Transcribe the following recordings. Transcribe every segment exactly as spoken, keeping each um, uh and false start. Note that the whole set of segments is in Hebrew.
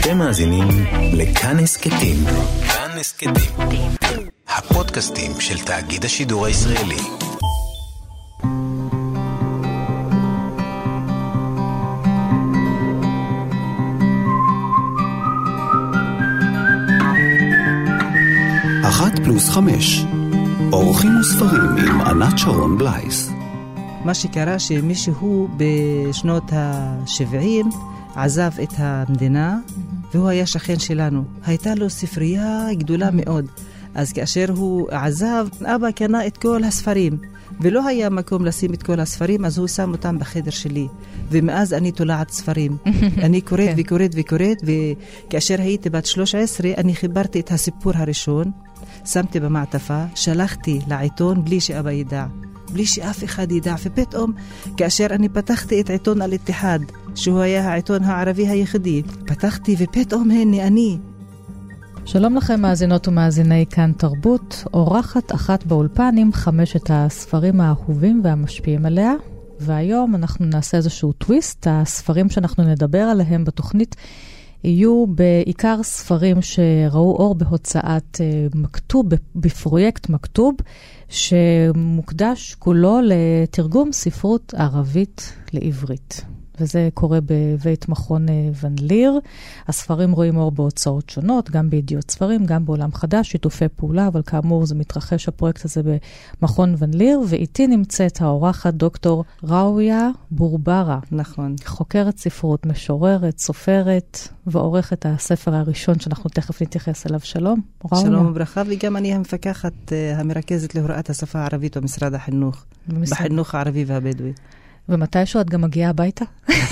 אתם מאזינים לכאן הסכתים. כאן הסכתים. הפודקאסטים של תאגיד השידור הישראלי. אחת פלוס חמש. אורחים וספרים עם ענת שרון בלייס. מה שקרה שמישהו בשנות ה-שבעים עזב את המדינה, והוא היה שכן שלנו. הייתה לו ספרייה גדולה מאוד. אז כאשר הוא עזב, אבא קנה את כל הספרים, ולא היה מקום לשים את כל הספרים, אז הוא שם אותם בחדר שלי. ומאז אני תולעת ספרים. אני קוראת וקוראת וקוראת, וכאשר הייתי בת שלוש עשרה, אני חיברתי את הסיפור הראשון, שמתי במעטפה, שלחתי לעיתון בלי שאבא ידע. בלי שאף אחד ידע, ופתאום כאשר אני פתחתי את עיתון אל-איתיחד, שהוא היה העיתון הערבי היחידי, פתחתי ופתאום הנה אני. שלום לכם מאזינות ומאזיני כאן תרבות, אורחת אחת באולפן עם חמשת הספרים האהובים והמשפיעים עליה, והיום אנחנו נעשה איזשהו טוויסט. הספרים שאנחנו נדבר עליהם בתוכנית יהיו בעיקר ספרים שראו אור בהוצאת מכתוב, בפרויקט מכתוב, שמוקדש כולו לתרגום ספרות ערבית לעברית. וזה קורה בבית מכון ון ליר. הספרים רואים אור בהוצאות שונות, גם בידיעות ספרים, גם בעולם חדש, שיתופי פעולה, אבל כאמור זה מתרחש הפרויקט הזה במכון ון ליר, ואיתי נמצאת האורחת דוקטור ראויה בורברה. נכון. חוקרת ספרות, משוררת, סופרת, ועורכת הספר הראשון שאנחנו תכף נתייחס אליו. שלום, ראויה. שלום וברכה, וגם אני המפקחת המרכזת להוראת השפה הערבית במשרד החינוך, במשרד... בחינוך הערבי והבדואי. ומתישהו את גם מגיעה הביתה?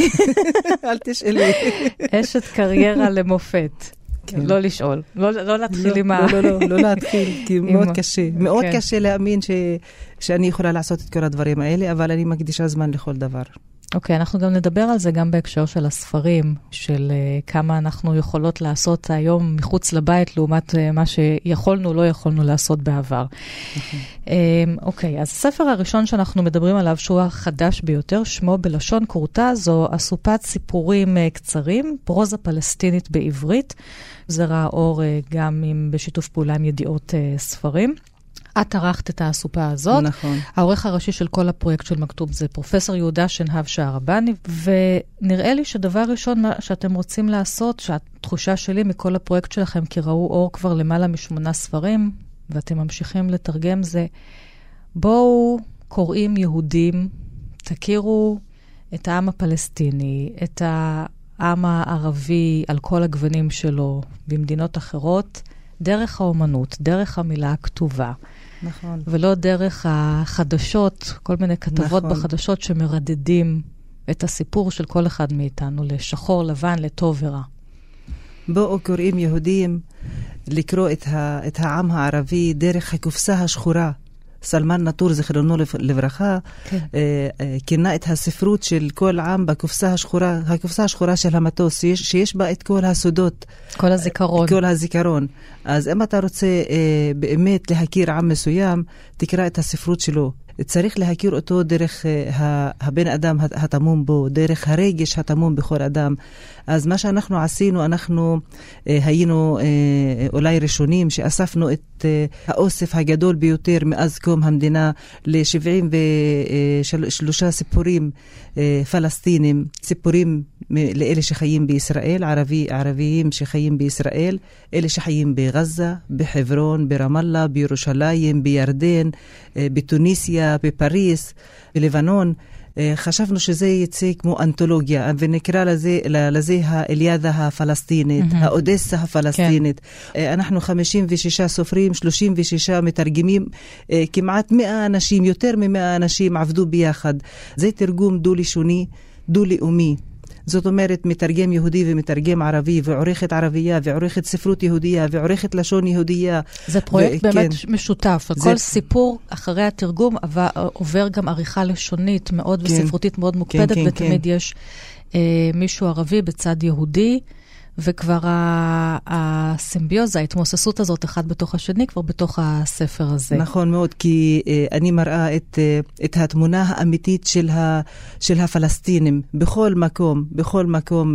אל תשאלי. אשת קריירה למופת. לא לשאול. לא להתחיל עם ה... לא, לא, לא להתחיל, כי מאוד קשה. מאוד קשה להאמין שאני יכולה לעשות את כל הדברים האלה, אבל אני מקדישה זמן לכל דבר. אוקיי, אנחנו גם נדבר על זה גם בהקשר של הספרים, של uh, כמה אנחנו יכולות לעשות היום מחוץ לבית, לעומת uh, מה שיכולנו, לא יכולנו לעשות בעבר. Okay. Um, אוקיי, אז הספר הראשון שאנחנו מדברים עליו, שהוא החדש ביותר, שמו בלשון קורטה, זו אסופת סיפורים uh, קצרים, פרוזה פלסטינית בעברית. זה ראה אור uh, גם עם, בשיתוף פעולה עם ידיעות uh, ספרים. את ערכת את האסופה הזאת. נכון. העורך הראשי של כל הפרויקט של מכתוב זה פרופסור יהודה שנהב שערבני, ונראה לי שדבר ראשון שאתם רוצים לעשות, שהתחושה שלי מכל הפרויקט שלכם, כי ראו אור כבר למעלה משמונה ספרים, ואתם ממשיכים לתרגם, זה בואו קוראים יהודים, תכירו את העם הפלסטיני, את העם הערבי על כל הגוונים שלו במדינות אחרות, דרך האומנות, דרך המילה הכתובה. נכון. ולא דרך החדשות, כל מיני כתבות נכון. בחדשות שמרדדים את הסיפור של כל אחד מאיתנו, לשחור, לבן, לטוב ורע. בואו קוראים יהודים לקרוא את, ה, את העם הערבי דרך הקופסה השחורה. סלמן נטור, זכרונו לברכה, כן. אה, אה, כינה את הספרות של כל עם בקופסה השחורה, הקופסה השחורה של המטוס, שיש, שיש בה את כל הסודות. כל הזיכרון. כל הזיכרון. אז אם אתה רוצה אה, באמת להכיר עם מסוים, תקרא את הספרות שלו. צריך להכיר אותו דרך uh, הבן אדם התמום בו, דרך הרגש התמום בכל אדם. אז מה שאנחנו עשינו, אנחנו uh, היינו uh, אולי ראשונים שאספנו את uh, האוסף הגדול ביותר מאז קום המדינה ל-שבעים ושלושה סיפורים uh, פלסטינים, סיפורים לאלה שחיים בישראל, ערבי, ערביים שחיים בישראל, אלה שחיים בגזה, בחברון, ברמאללה, בירושלים, בירדן, uh, בתוניסיה, בפריס, בלבנון. חשבנו שזה יצא כמו אנתולוגיה, ונקרא לזה, לזה האליאדה הפלסטינית, mm-hmm. האודסה הפלסטינית. כן. אנחנו חמישים ושישה סופרים, שלושים ושישה מתרגמים, כמעט מאה אנשים, יותר ממאה אנשים עבדו ביחד. זה תרגום דו-לשוני, דו-לאומי. זאת אומרת, מתרגם יהודי ומתרגם ערבי, ועורכת ערבייה, ועורכת ספרות יהודייה, ועורכת לשון יהודייה. זה פרויקט ו- באמת כן. משותף. זה... כל סיפור אחרי התרגום עובר גם עריכה לשונית מאוד כן. וספרותית מאוד מוקפדת, כן, כן, ותמיד כן. יש אה, מישהו ערבי בצד יהודי, וכבר הסימביוזה, ההתמוססות הזאת אחד בתוך השני, כבר בתוך הספר הזה. נכון מאוד, כי אני מראה את, את התמונה האמיתית של, ה, של הפלסטינים, בכל מקום, בכל מקום,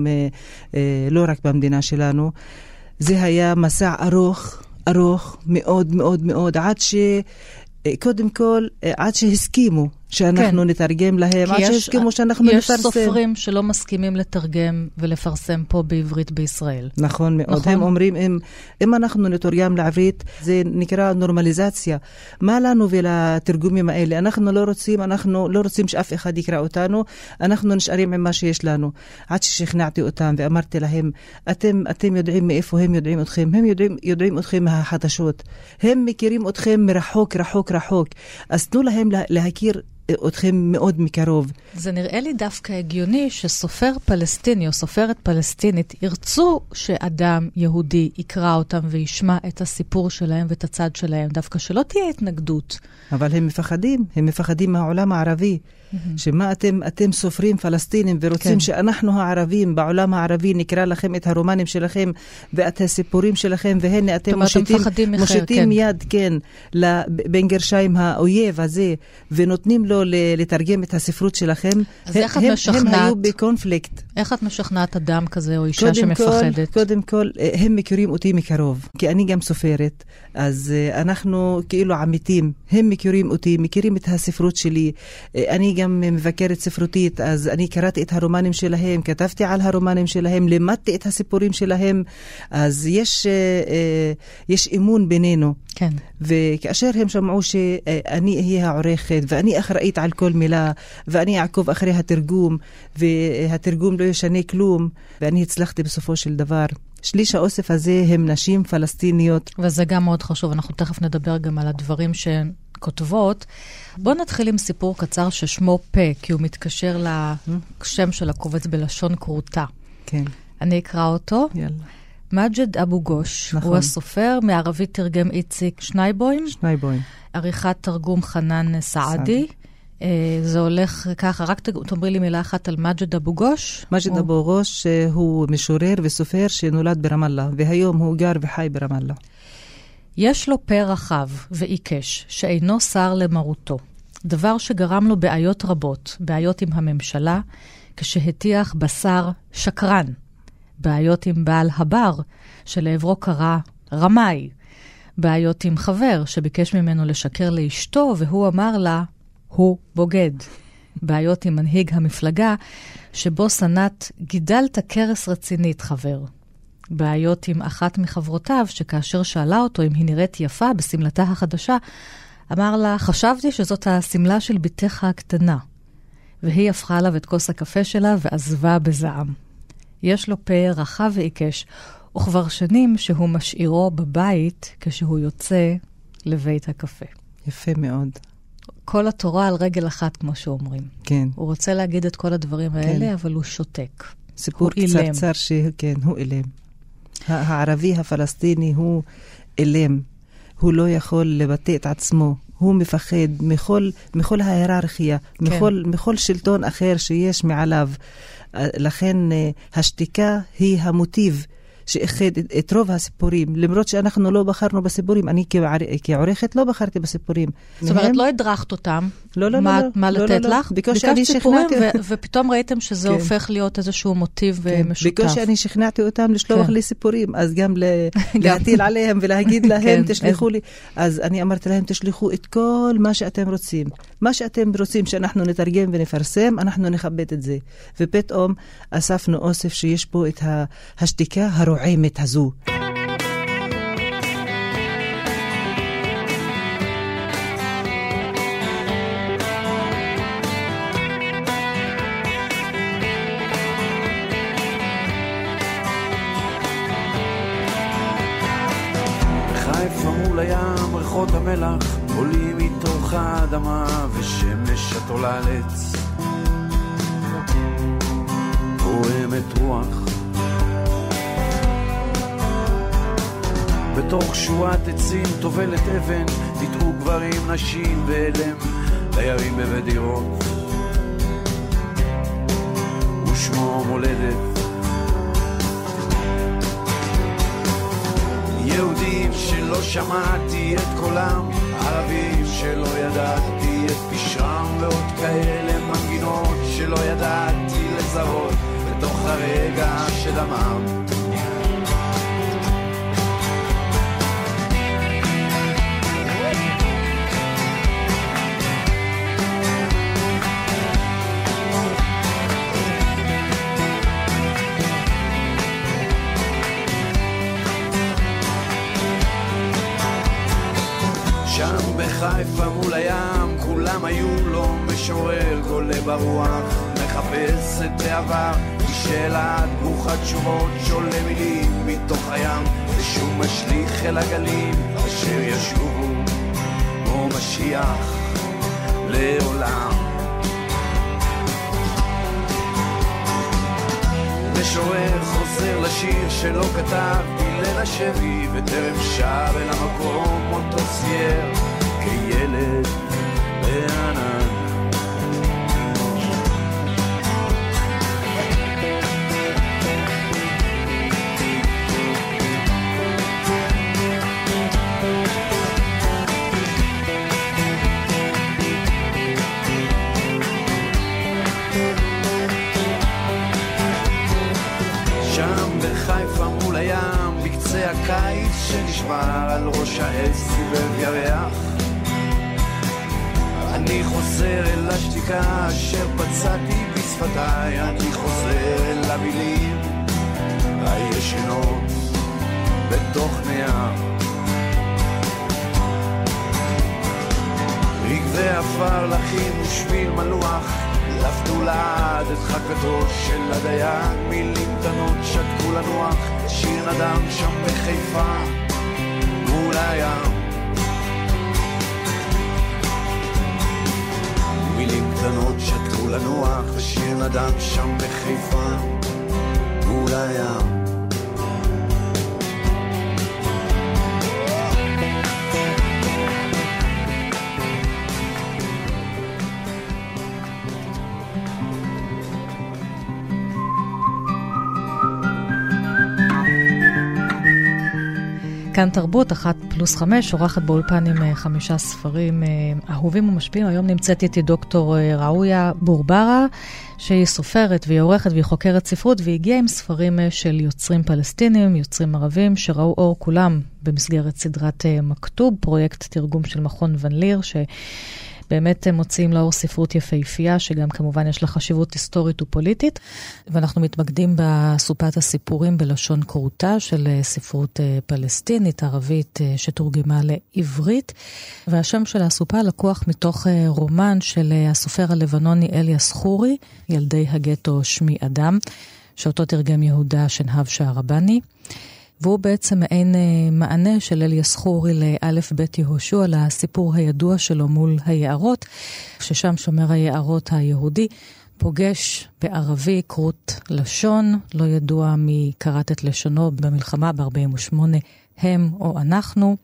לא רק במדינה שלנו. זה היה מסע ארוך, ארוך, מאוד מאוד מאוד, עד ש... קודם כל, עד שהסכימו שאנחנו כן. נתרגם להם, עד שהסכימו שאנחנו יש נפרסם. יש סופרים שלא מסכימים לתרגם ולפרסם פה בעברית בישראל. נכון מאוד. נכון. הם אומרים, אם, אם אנחנו נתורגם לעברית, זה נקרא נורמליזציה. מה לנו ולתרגומים האלה? אנחנו לא רוצים, אנחנו לא רוצים שאף אחד יקרא אותנו, אנחנו נשארים עם מה שיש לנו. עד ששכנעתי אותם ואמרתי להם, אתם, אתם יודעים מאיפה הם יודעים אתכם, הם יודעים, יודעים אתכם מהחדשות. הם מכירים אתכם מרחוק, רחוק, רחוק. אז תנו להם להכיר אתכם מאוד מקרוב. זה נראה לי דווקא הגיוני שסופר פלסטיני או סופרת פלסטינית ירצו שאדם יהודי יקרא אותם וישמע את הסיפור שלהם ואת הצד שלהם, דווקא שלא תהיה התנגדות. אבל הם מפחדים, הם מפחדים מהעולם הערבי. Mm-hmm. שמה אתם, אתם סופרים פלסטינים ורוצים כן. שאנחנו הערבים בעולם הערבי נקרא לכם את הרומנים שלכם ואת הסיפורים שלכם, והנה אתם מושיטים, מושיטים כן. יד כן, בין גרשיים האויב הזה, ונותנים לו לתרגם את הספרות שלכם. אז איך את הם, משכנעת? הם היו בקונפליקט. איך את משכנעת אדם כזה או אישה שמפחדת? כל, קודם כל, הם מכירים אותי מקרוב, כי אני גם סופרת, אז אנחנו כאילו עמיתים, הם מכירים אותי, מכירים את הספרות שלי, אני גם מבקרת ספרותית, אז אני קראתי את הרומנים שלהם, כתבתי על הרומנים שלהם, למדתי את הסיפורים שלהם, אז יש, יש אמון בינינו. כן. וכאשר הם שמעו שאני אהיה העורכת, ואני אחראית על כל מילה, ואני אעקוב אחרי התרגום, והתרגום לא ישנה כלום, ואני הצלחתי בסופו של דבר. שליש האוסף הזה הם נשים פלסטיניות. וזה גם מאוד חשוב, אנחנו תכף נדבר גם על הדברים שהן כותבות. בואו נתחיל עם סיפור קצר ששמו פה, כי הוא מתקשר לשם של הקובץ בלשון קרוטה. כן. אני אקרא אותו. יאללה. מג'ד אבו גוש, נכון. הוא הסופר, מערבית תרגם איציק שנייבוים. שנייבוים. עריכת תרגום חנן סעדי. אה, זה הולך ככה, רק תאמרי לי מילה אחת על מג'ד אבו גוש. מג'ד הוא... אבו גוש הוא משורר וסופר שנולד ברמאללה, והיום הוא גר וחי ברמאללה. יש לו פה רחב ועיקש, שאינו שר למרותו. דבר שגרם לו בעיות רבות, בעיות עם הממשלה, כשהטיח בשר שקרן. בעיות עם בעל הבר, שלעברו קרא רמאי. בעיות עם חבר, שביקש ממנו לשקר לאשתו, והוא אמר לה, הוא בוגד. בעיות עם מנהיג המפלגה, שבו סנת גידלת קרס רצינית חבר. בעיות עם אחת מחברותיו, שכאשר שאלה אותו אם היא נראית יפה בסמלתה החדשה, אמר לה, חשבתי שזאת הסמלה של ביתך הקטנה. והיא הפכה עליו את כוס הקפה שלה ועזבה בזעם. יש לו פה רחב ועיקש, וכבר שנים שהוא משאירו בבית כשהוא יוצא לבית הקפה. יפה מאוד. כל התורה על רגל אחת, כמו שאומרים. כן. הוא רוצה להגיד את כל הדברים האלה, כן. אבל הוא שותק. סיפור קצרצר שכן, הוא אילם. הערבי הפלסטיני הוא אילם. הוא לא יכול לבטא את עצמו. הוא מפחד מכל, מכל ההיררכיה, כן. מכל, מכל שלטון אחר שיש מעליו. לכן השתיקה היא המוטיב שאחד את רוב הסיפורים, למרות שאנחנו לא בחרנו בסיפורים, אני כעורכת לא בחרתי בסיפורים. זאת אומרת, לא הדרכת אותם, לא, לא, מה, לא, מה לא, לתת לא, לא. לך? ביקשתי סיפורים, ו- ופתאום ראיתם שזה כן. הופך להיות איזשהו מוטיב כן. משותף. ביקשתי אני שכנעתי אותם לשלוח כן. לי סיפורים, אז גם להטיל עליהם ולהגיד להם, כן. תשלחו לי. אז אני אמרתי להם, תשלחו את כל מה שאתם רוצים. מה שאתם רוצים שאנחנו נתרגם ונפרסם, אנחנו נכבד את זה. ופתאום אספנו אוסף שיש בו את השתיקה הרועמת הזו. בחיפה מול הים ריחות המלח עולים מתוך האדמה ושמש התוללת פועמת רוח בתוך שורת עצים תובלת אבן נטעו גברים נשים ואלם דיירים בבית דירות ושמו מולדת שלא שמעתי את קולם, ערבים שלא ידעתי את פשרם, ועוד כאלה מנגינות שלא ידעתי לזהות בתוך הרגע שדמם. שם בחיפה מול הים כולם היו לו משורר גולה ברוח, מחפש את העבר בשאלת ברוכת תשובות, שולה מילים מתוך הים ושוב משליך אל הגלים אשר ישובו כמו משיח לעולם. משורר חוזר לשיר שלא כתב בליל השבי, וטרם שב אל המקום אותו צייר כילד בענן. הקיץ שנשמר על ראש העץ סביב ירח, אני חוזר אל השתיקה אשר פצעתי בשפתיי, אני חוזר אל המילים הישנות בתוך נער. רגבי עפר לחים ושביל מלוח, לפתו לעד את חכתו של הדיין, מילים קטנות שתקו לנוח, שיר נדם שם בחיפה מול הים. מילים קטנות שתקו לנוח, שיר נדם שם בחיפה מול הים. כאן תרבות, אחת פלוס חמש, עורכת באולפן עם חמישה ספרים אהובים ומשפיעים. היום נמצאת איתי דוקטור ראויה בורברה, שהיא סופרת והיא עורכת והיא חוקרת ספרות, והיא הגיעה עם ספרים של יוצרים פלסטינים, יוצרים ערבים, שראו אור כולם במסגרת סדרת מכתוב, פרויקט תרגום של מכון ון ליר, ש... באמת מוצאים לאור ספרות יפהפייה, שגם כמובן יש לה חשיבות היסטורית ופוליטית, ואנחנו מתמקדים בסופת הסיפורים בלשון קרוטה של ספרות פלסטינית, ערבית, שתורגמה לעברית, והשם של הסופה לקוח מתוך רומן של הסופר הלבנוני אליאס חורי, ילדי הגטו שמי אדם, שאותו תרגם יהודה שנהב שערבני, והוא בעצם מעין מענה של אליאס חורי לאלף בית יהושע, לסיפור הידוע שלו מול היערות, ששם שומר היערות היהודי פוגש בערבי קרות לשון, לא ידוע מי קראת את לשונו במלחמה ב-ארבעים ושמונה, הם או אנחנו.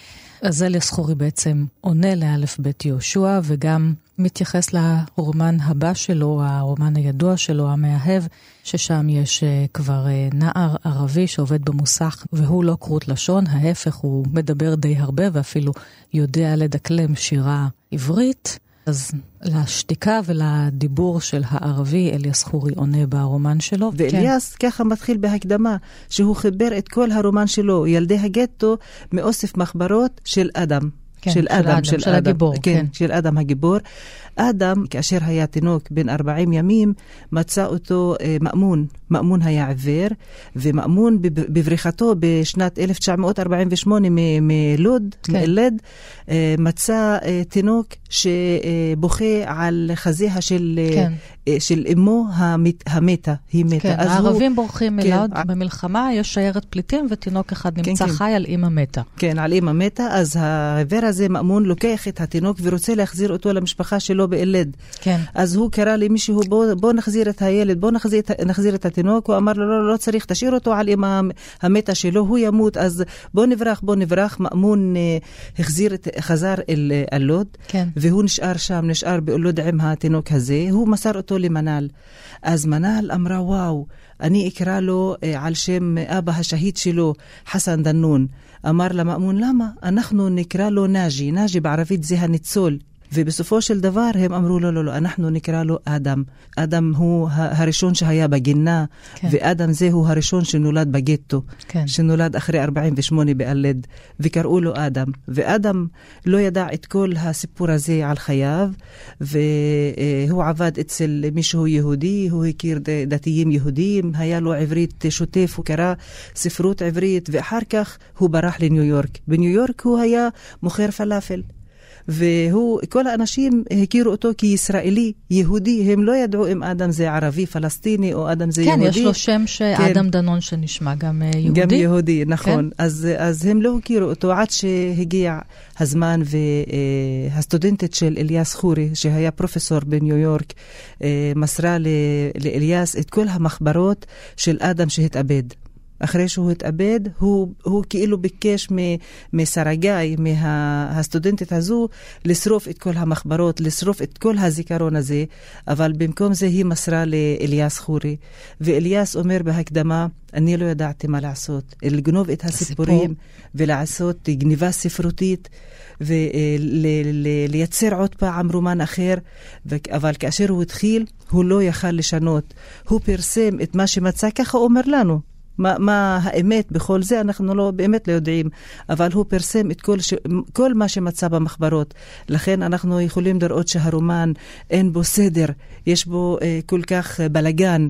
אז אליאס חורי בעצם עונה לאלף בית יהושע, וגם מתייחס לרומן הבא שלו, הרומן הידוע שלו, המאהב, ששם יש כבר נער ערבי שעובד במוסך, והוא לא קרות לשון, ההפך, הוא מדבר די הרבה, ואפילו יודע לדקלם שירה עברית. אז לשתיקה ולדיבור של הערבי, אליאס חורי עונה ברומן שלו. ואליאס כן. ככה מתחיל בהקדמה, שהוא חיבר את כל הרומן שלו, ילדי הגטו, מאוסף מחברות של אדם. כן, של, של אדם, אדם, של, של אדם. הגיבור. כן, כן, של אדם הגיבור. אדם, כאשר היה תינוק בן ארבעים ימים, מצא אותו אה, מאמון. מאמון היה עיוור, ומאמון בבריחתו בשנת אלף תשע מאות ארבעים ושמונה מלוד, כן. מאלד, אה, מצא אה, תינוק שבוכה על חזיה של, כן. אה, של אמו המת, המתה, היא מתה. כן, אז הערבים הוא, בורחים כן, מלוד, ע... במלחמה יש שיירת פליטים, ותינוק אחד נמצא כן, חי כן. על אמא מתה. כן, על אמא מתה, אז העיוור הזה מאמון לוקח את התינוק ורוצה להחזיר אותו למשפחה שלו באלד. כן. אז הוא קרא למישהו, בוא, בוא נחזיר את הילד, בוא נחזיר, נחזיר את התינוק, הוא אמר לו, לא, לא צריך, תשאיר אותו על אמא המתה שלו, הוא ימות, אז בוא נברח, בוא נברח. מאמון אה, החזיר, את, חזר אל אלוד, כן. והוא נשאר שם, נשאר באלוד עם התינוק הזה, הוא מסר אותו למנל. אז מנל אמרה, וואו, אני אקרא לו על שם אבא השהיד שלו, חסן דנון. אמר למאמון, למה? אנחנו נקרא לו נאג'י. נאג'י בערבית זה הניצול. ובסופו של דבר הם אמרו לו, לא, לא, אנחנו נקרא לו אדם. אדם הוא הראשון שהיה בגינה, כן. ואדם זה הוא הראשון שנולד בגטו, כן. שנולד אחרי ארבעים ושמונה באלד, וקראו לו אדם. ואדם לא ידע את כל הסיפור הזה על חייו, והוא עבד אצל מישהו יהודי, הוא הכיר דתיים יהודים, היה לו עברית שוטף, הוא קרא ספרות עברית, ואחר כך הוא ברח לניו יורק. בניו יורק הוא היה מוכר פלאפל. והוא, כל האנשים הכירו אותו כישראלי, יהודי, הם לא ידעו אם אדם זה ערבי, פלסטיני, או אדם זה כן, יהודי. כן, יש לו שם שאדם כן. דנון שנשמע גם יהודי. גם יהודי, נכון. כן. אז, אז הם לא הכירו אותו עד שהגיע הזמן, והסטודנטית של אליאס חורי, שהיה פרופסור בניו יורק, מסרה לאליאס את כל המחברות של אדם שהתאבד. אחרי שהוא התאבד, הוא, הוא כאילו ביקש מסרגאי, מהסטודנטית הזו, לשרוף את כל המחברות, לשרוף את כל הזיכרון הזה, אבל במקום זה היא מסרה לאליאס חורי, ואליאס אומר בהקדמה, אני לא ידעתי מה לעשות, לגנוב את הסיפורים, הסיפור. ולעשות גניבה ספרותית, ולייצר עוד פעם רומן אחר, אבל כאשר הוא התחיל, הוא לא יכל לשנות. הוא פרסם את מה שמצא, ככה אומר לנו. מה, מה האמת בכל זה אנחנו לא באמת לא יודעים, אבל הוא פרסם את כל, ש... כל מה שמצא במחברות. לכן אנחנו יכולים לראות שהרומן אין בו סדר, יש בו אה, כל כך בלגן,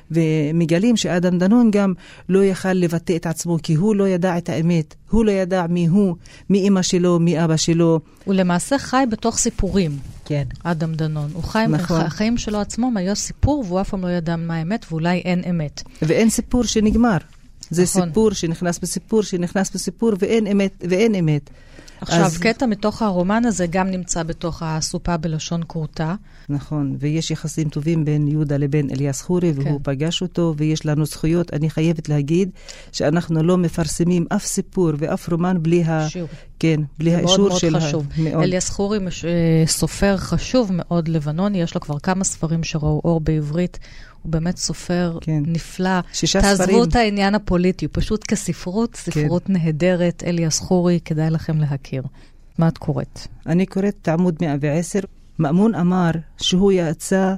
ומגלים שאדם דנון גם לא יכל לבטא את עצמו, כי הוא לא ידע את האמת, הוא לא ידע מי הוא, מי אמא שלו, מי אבא שלו. הוא למעשה חי בתוך סיפורים. כן. אדם דנון. הוא חי, נכון. החיים שלו עצמם היה סיפור, והוא אף פעם לא ידע מה האמת, ואולי אין אמת. ואין סיפור שנגמר. זה נכון. סיפור שנכנס בסיפור, שנכנס בסיפור, ואין אמת, ואין אמת. עכשיו, אז... קטע מתוך הרומן הזה גם נמצא בתוך הסופה בלשון קורטה. נכון, ויש יחסים טובים בין יהודה לבין אליאס חורי, והוא כן. פגש אותו, ויש לנו זכויות. אני חייבת להגיד שאנחנו לא מפרסמים אף סיפור ואף רומן בלי, ה... כן, בלי האישור מאוד של... מאוד חשוב. ה... אליאס חורי מש... סופר חשוב מאוד לבנוני, יש לו כבר כמה ספרים שראו אור בעברית, הוא באמת סופר כן. נפלא. תעזבו ספרים. את העניין הפוליטי, הוא פשוט כספרות, ספרות כן. נהדרת, אליאס חורי, כדאי לכם להכיר. מה את קוראת? אני קוראת את עמוד מאה ועשר. מאמון אמר שהוא יצא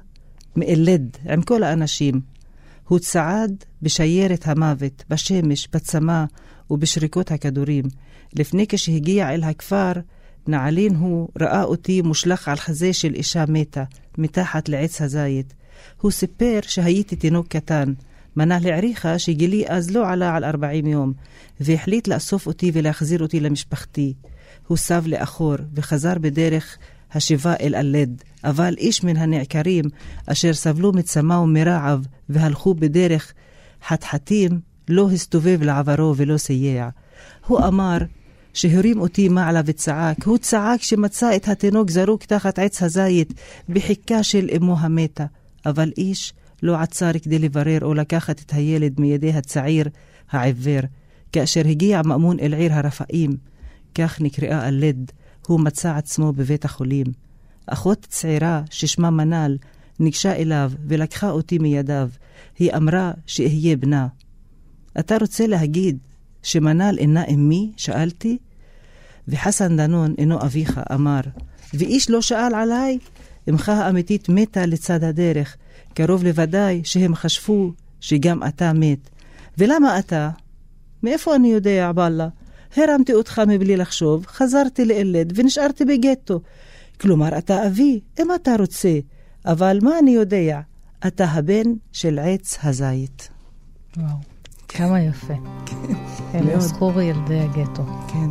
מאלד עם כל האנשים. הוא צעד בשיירת המוות, בשמש, בצמא ובשריקות הכדורים. לפני כשהגיע אל הכפר, נעלין הוא ראה אותי מושלח על חזה של אישה מתה, מתחת לעץ הזית. הוא סיפר שהייתי תינוק קטן. מנה לעריכה שגילי אז לא עלה על ארבעים יום, והחליט לאסוף אותי ולהחזיר אותי למשפחתי. הוא סב לאחור וחזר בדרך השיבה אל אלד, אבל איש מן הנעקרים אשר סבלו מצמא ומרעב והלכו בדרך חתחתים לא הסתובב לעברו ולא סייע. הוא אמר שהרים אותי מעלה וצעק. הוא צעק שמצא את התינוק זרוק תחת עץ הזית בחיקה של אמו המתה, אבל איש לא עצר כדי לברר או לקחת את הילד מידי הצעיר העיוור. כאשר הגיע מאמון אל עיר הרפאים, כך נקראה אלד, הוא מצא עצמו בבית החולים. אחות צעירה ששמה מנל ניגשה אליו ולקחה אותי מידיו. היא אמרה שאהיה בנה. אתה רוצה להגיד שמנל אינה אמי? שאלתי. וחסן דנון אינו אביך, אמר. ואיש לא שאל עליי? אמך האמיתית מתה לצד הדרך. קרוב לוודאי שהם חשבו שגם אתה מת. ולמה אתה? מאיפה אני יודע, בללה? הרמתי אותך מבלי לחשוב, חזרתי לאלד ונשארתי בגטו. כלומר, אתה אבי, אם אתה רוצה. אבל מה אני יודע? אתה הבן של עץ הזית. וואו, כמה יפה. אליאס חורי, ילדי הגטו. כן.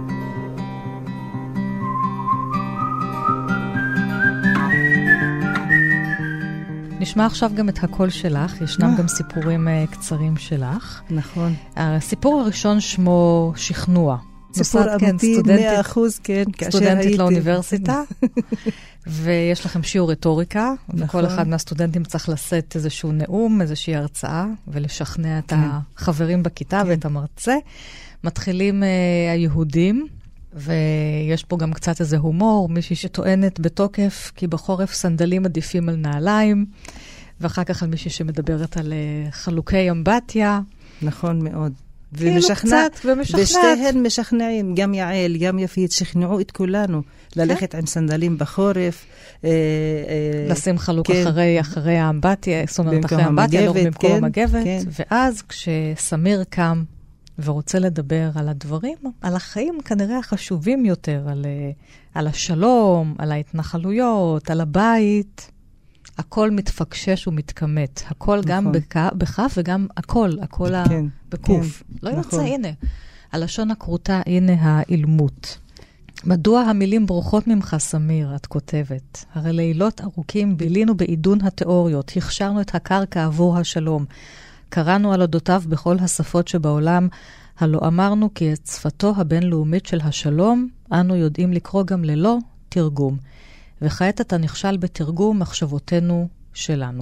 נשמע עכשיו גם את הקול שלך, ישנם גם סיפורים קצרים שלך. נכון. הסיפור הראשון שמו שכנוע. סיפור אמיתי, מאה אחוז, כן. סטודנטית לאוניברסיטה, ויש לכם שיעור רטוריקה, וכל אחד מהסטודנטים צריך לשאת איזשהו נאום, איזושהי הרצאה, ולשכנע את החברים בכיתה ואת המרצה. מתחילים היהודים, ויש פה גם קצת איזה הומור, מישהי שטוענת בתוקף, כי בחורף סנדלים עדיפים על נעליים, ואחר כך על מישהי שמדברת על uh, חלוקי אמבטיה. נכון מאוד. כאילו ומשכנע, קצת, ומשכנעת. ושתיהן משכנעים, גם יעל, גם יפית, שכנעו את כולנו, ללכת עם סנדלים בחורף. אה, אה, לשים חלוק כן. אחרי, אחרי האמבטיה, זאת אומרת, אחרי האמבטיה, לא במקום כן, המגבת. כן. ואז כשסמיר קם ורוצה לדבר על הדברים, על החיים כנראה החשובים יותר, על, על השלום, על ההתנחלויות, על הבית, הכל מתפקשש ומתכמת. הכל נכון. גם בכף וגם הכל, הכל כן, בקוף. כן, לא נכון. יוצא, הנה. הלשון הקרוטה, הנה האילמות. מדוע המילים ברוכות ממך, סמיר, את כותבת? הרי לילות ארוכים בילינו בעידון התיאוריות, הכשרנו את הקרקע עבור השלום. קראנו על אודותיו בכל השפות שבעולם, הלא אמרנו כי את שפתו הבינלאומית של השלום, אנו יודעים לקרוא גם ללא תרגום. וכעת אתה נכשל בתרגום מחשבותינו שלנו.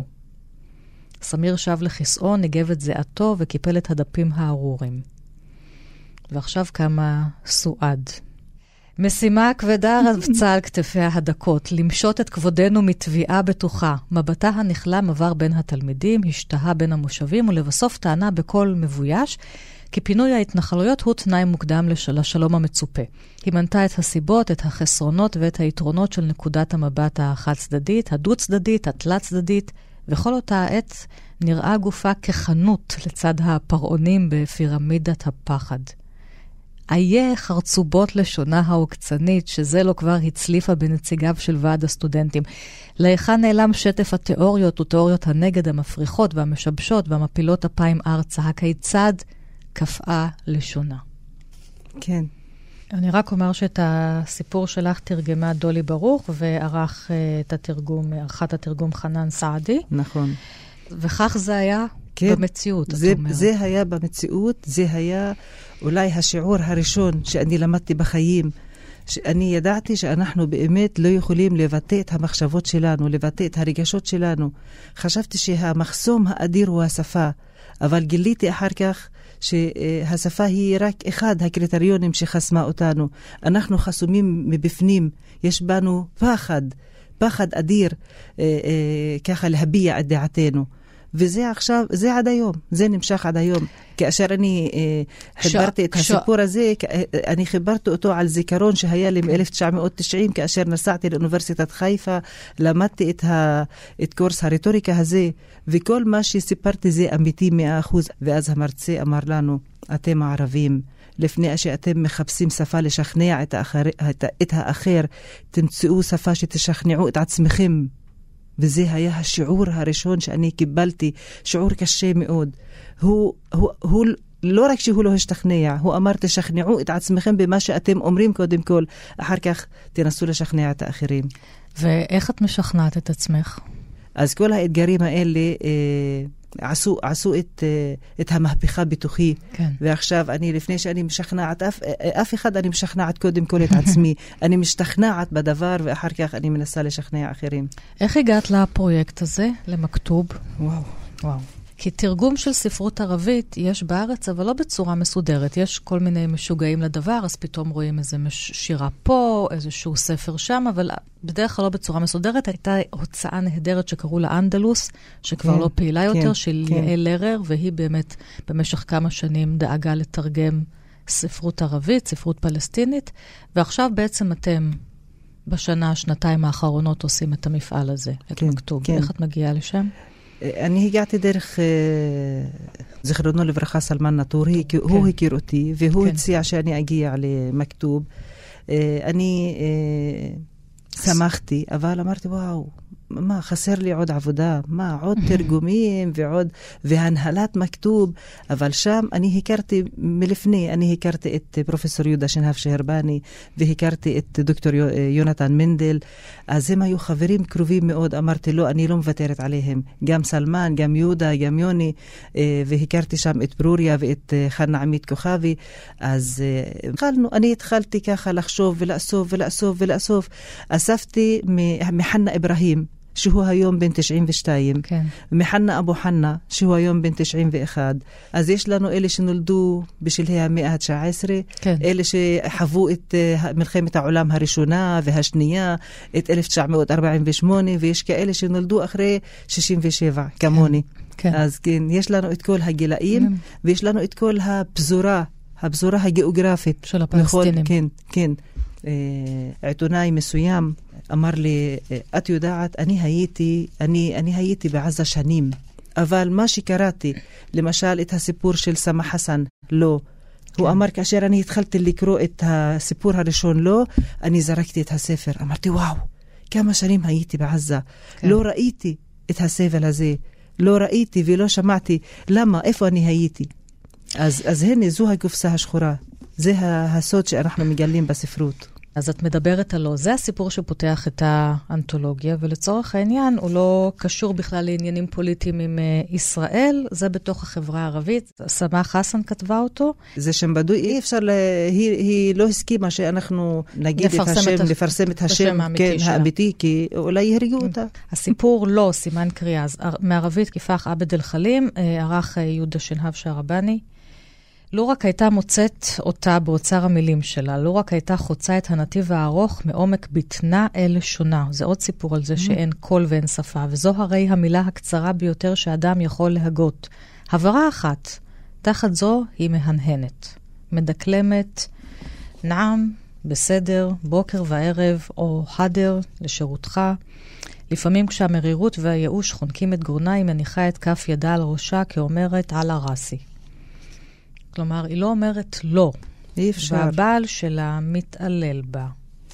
סמיר שב לכיסאו, ניגב את זיעתו וקיפל את הדפים הארורים. ועכשיו כמה סועד. משימה כבדה רבצה על כתפיה הדקות, למשות את כבודנו מתביעה בטוחה. מבטה הנחלם עבר בין התלמידים, השתהה בין המושבים, ולבסוף טענה בקול מבויש, כי פינוי ההתנחלויות הוא תנאי מוקדם לשלום המצופה. היא מנתה את הסיבות, את החסרונות ואת היתרונות של נקודת המבט החד-צדדית, הדו-צדדית, התלת-צדדית, וכל אותה העת נראה גופה כחנות לצד הפרעונים בפירמידת הפחד. איה חרצובות לשונה העוקצנית, שזה לא כבר הצליפה בנציגיו של ועד הסטודנטים. להיכן נעלם שטף התיאוריות ותיאוריות הנגד המפריחות והמשבשות והמפילות אפיים ארצה, הכיצד קפאה לשונה. כן. אני רק אומר שאת הסיפור שלך תרגמה דולי ברוך, וערך את התרגום, ערכת התרגום חנן סעדי. נכון. וכך זה היה כן, במציאות, זה, את אומרת. זה היה במציאות, זה היה אולי השיעור הראשון שאני למדתי בחיים, שאני ידעתי שאנחנו באמת לא יכולים לבטא את המחשבות שלנו, לבטא את הרגשות שלנו. חשבתי שהמחסום האדיר הוא השפה, אבל גיליתי אחר כך שהשפה היא רק אחד הקריטריונים שחסמה אותנו. אנחנו חסומים מבפנים, יש בנו פחד, פחד אדיר אה, אה, ככה להביע את דעתנו. וזה עכשיו, זה עד היום, זה נמשך עד היום. כאשר אני אה, חיברתי את הסיפור הזה, אני חיברתי אותו על זיכרון שהיה לי מ-אלף תשע מאות תשעים, כאשר נסעתי לאוניברסיטת חיפה, למדתי את, ה, את קורס הרטוריקה הזה, וכל מה שסיפרתי זה אמיתי מאה אחוז. ואז המרצה אמר לנו, אתם הערבים, לפני שאתם מחפשים שפה לשכנע את האחר, את, את האחר, תמצאו שפה שתשכנעו את עצמכם. וזה היה השיעור הראשון שאני קיבלתי, שיעור קשה מאוד. הוא, הוא, הוא, לא רק שהוא לא השתכנע, הוא אמר תשכנעו את עצמכם במה שאתם אומרים קודם כל, אחר כך תנסו לשכנע את האחרים. ואיך את משכנעת את עצמך? אז כל האתגרים האלה אה, עשו, עשו את, אה, את המהפכה בתוכי. כן. ועכשיו אני, לפני שאני משכנעת אף, אף אחד, אני משכנעת קודם כל את עצמי. אני משתכנעת בדבר, ואחר כך אני מנסה לשכנע אחרים. איך הגעת לפרויקט הזה, למכתוב? וואו. וואו. כי תרגום של ספרות ערבית יש בארץ, אבל לא בצורה מסודרת. יש כל מיני משוגעים לדבר, אז פתאום רואים איזה שירה פה, איזשהו ספר שם, אבל בדרך כלל לא בצורה מסודרת. הייתה הוצאה נהדרת שקראו לה אנדלוס, שכבר כן, לא פעילה יותר, כן, של כן. יעל לרר, והיא באמת במשך כמה שנים דאגה לתרגם ספרות ערבית, ספרות פלסטינית, ועכשיו בעצם אתם בשנה, שנתיים האחרונות עושים את המפעל הזה, את כן, מכתוב. כן. איך את מגיעה לשם? אני הגעתי דרך זכרונו לברכה סלמן נטורי, כי הוא הכיר אותי, והוא הציע שאני אגיע למכתוב. אני שמחתי, אבל אמרתי, וואו, מה, חסר לי עוד עבודה, מה, עוד תרגומים ועוד, והנהלת מכתוב, אבל שם אני הכרתי מלפני, אני הכרתי את פרופסור יהודה שנהב שהרבני, והכרתי את דוקטור יונתן מנדל, אז הם היו חברים קרובים מאוד, אמרתי, לא, אני לא מוותרת עליהם, גם סלמן, גם יהודה, גם יוני, והכרתי שם את ברוריה ואת חנה עמית כוכבי, אז התחלנו, אני התחלתי ככה לחשוב ולאסוף ולאסוף ולאסוף, אספתי מחנה אברהים, שהוא היום בן תשעים ושתיים, כן. מחנה אבו חנה, שהוא היום בן תשעים ואחת. אז יש לנו אלה שנולדו בשלהי המאה ה-תשע עשרה, כן. אלה שחוו את uh, מלחמת העולם הראשונה והשנייה, את אלף תשע מאות ארבעים ושמונה, ויש כאלה שנולדו אחרי שישים ושבע, כמוני. כן. אז כן, יש לנו את כל הגילאים, כן. ויש לנו את כל הפזורה, הפזורה הגיאוגרפית. של הפלסטינים. כן, כן. עיתונאי מסוים אמר לי, את יודעת, אני הייתי, אני, אני הייתי בעזה שנים, אבל מה שקראתי, למשל את הסיפור של סמא חסן, לא. כן. הוא אמר, כאשר אני התחלתי לקרוא את הסיפור הראשון, לא, אני זרקתי את הספר. אמרתי, וואו, כמה שנים הייתי בעזה. כן. לא ראיתי את הסבל הזה. לא ראיתי ולא שמעתי. למה? איפה אני הייתי? אז, אז הנה, זו הקופסה השחורה. זה הסוד שאנחנו מגלים בספרות. אז את מדברת עלו. זה הסיפור שפותח את האנתולוגיה, ולצורך העניין הוא לא קשור בכלל לעניינים פוליטיים עם ישראל, זה בתוך החברה הערבית. סמא חסן כתבה אותו. זה שם בדוי, אי אפשר, לה, היא, היא לא הסכימה שאנחנו נגיד את השם, את לפרסם את השם, כן, האמיתי, כי אולי יהרגו אותה. הסיפור לא סימן קריאה. מערבית כיפח עבד אל חלים, ערך יהודה שנהב שערבני. לא רק הייתה מוצאת אותה באוצר המילים שלה, לא רק הייתה חוצה את הנתיב הארוך מעומק בטנה אל לשונה. זה עוד סיפור על זה שאין קול ואין שפה, וזו הרי המילה הקצרה ביותר שאדם יכול להגות. הברה אחת, תחת זו היא מהנהנת, מדקלמת, נעם, בסדר, בוקר וערב, או חדר לשירותך. לפעמים כשהמרירות והייאוש חונקים את גרונה, היא מניחה את כף ידה על ראשה, כאומרת על הרסי. כלומר, היא לא אומרת לא. אי אפשר. והבעל שלה מתעלל בה.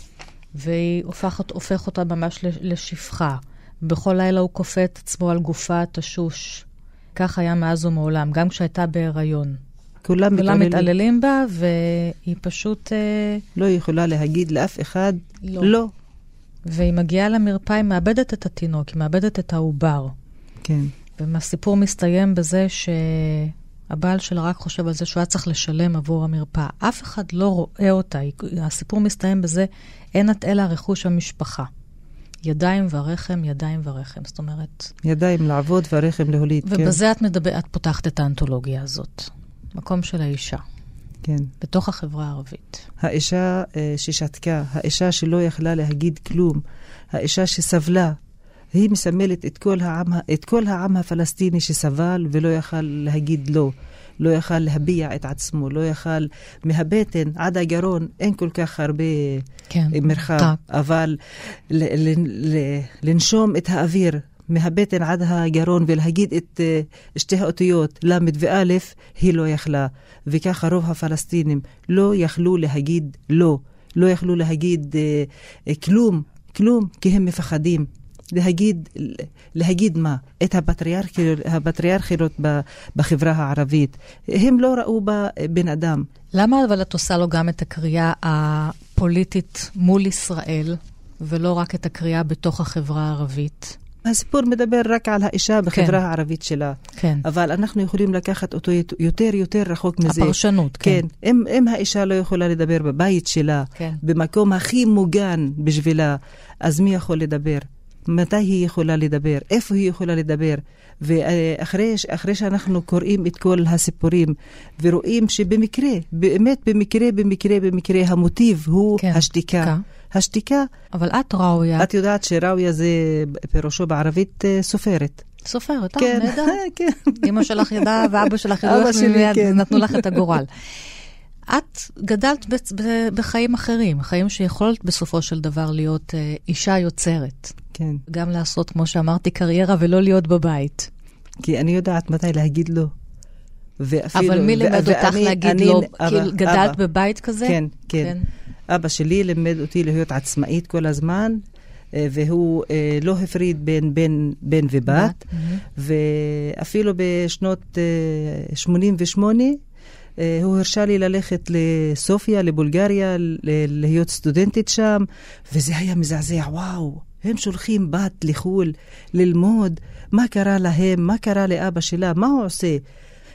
והיא הופכת, הופך אותה ממש לשפחה. בכל לילה הוא כופה את עצמו על גופה תשוש. כך היה מאז ומעולם, גם כשהייתה בהיריון. כולם מתעללים. מתעללים בה, והיא פשוט... לא יכולה להגיד לאף אחד לא. לא. והיא מגיעה למרפאה, היא מאבדת את התינוק, היא מאבדת את העובר. כן. והסיפור מסתיים בזה ש... הבעל שלה רק חושב על זה שהוא היה צריך לשלם עבור המרפאה. אף אחד לא רואה אותה. הסיפור מסתיים בזה, אין את אלה רכוש המשפחה. ידיים ורחם, ידיים ורחם. זאת אומרת... ידיים לעבוד ורחם להוליד. ובזה כן. את מדבר, את פותחת את האנתולוגיה הזאת. מקום של האישה. כן. בתוך החברה הערבית. האישה ששתקה, האישה שלא יכלה להגיד כלום, האישה שסבלה, היא מסמלת את כל העם, את כל העם הפלסטיני שסבל ולא יכל להגיד לא, לא יכל להביע את עצמו, לא יכל מהבטן עד הגרון, אין כל כך הרבה כן, מרחב, טק. אבל ל- ל- ל- לנשום את האוויר מהבטן עד הגרון ולהגיד את uh, שתי האותיות למד ואלף, היא לא יכלה. וככה רוב הפלסטינים לא יכלו להגיד לא, לא יכלו להגיד uh, כלום, כלום, כי הם מפחדים. להגיד, להגיד מה? את הפטריארכיות, הפטריארכיות בחברה הערבית. הם לא ראו בה בן אדם. למה אבל את עושה לו גם את הקריאה הפוליטית מול ישראל, ולא רק את הקריאה בתוך החברה הערבית? הסיפור מדבר רק על האישה בחברה כן. הערבית שלה. כן. אבל אנחנו יכולים לקחת אותו יותר יותר רחוק מזה. הפרשנות, כן. כן. אם, אם האישה לא יכולה לדבר בבית שלה, כן. במקום הכי מוגן בשבילה, אז מי יכול לדבר? מתי היא יכולה לדבר? איפה היא יכולה לדבר? ואחרי אחרי שאנחנו קוראים את כל הסיפורים ורואים שבמקרה, באמת במקרה, במקרה, במקרה, המוטיב הוא כן, השתיקה. כן. השתיקה. אבל את ראויה. את יודעת שראויה זה פירושו בערבית סופרת. סופרת, כן, אה, נהדר. כן. אמא שלך ידעה ואבא שלך ידעה מיד, כן. נתנו לך את הגורל. את גדלת בחיים אחרים, חיים שיכולת בסופו של דבר להיות אישה יוצרת. כן. גם לעשות, כמו שאמרתי, קריירה ולא להיות בבית. כי אני יודעת מתי להגיד לא. ואפילו, אבל מי לימד אותך אני, להגיד אני, לא? אבא, כי גדלת אבא. בבית כזה? כן, כן, כן. אבא שלי לימד אותי להיות עצמאית כל הזמן, והוא לא הפריד בין בן, בן ובת, mm-hmm. ואפילו בשנות שמונים ושמונה, הוא הרשה לי ללכת לסופיה, לבולגריה, להיות סטודנטית שם, וזה היה מזעזע, וואו, הם שולחים בת לחול, ללמוד, מה קרה להם, מה קרה לאבא שלה, מה הוא עושה?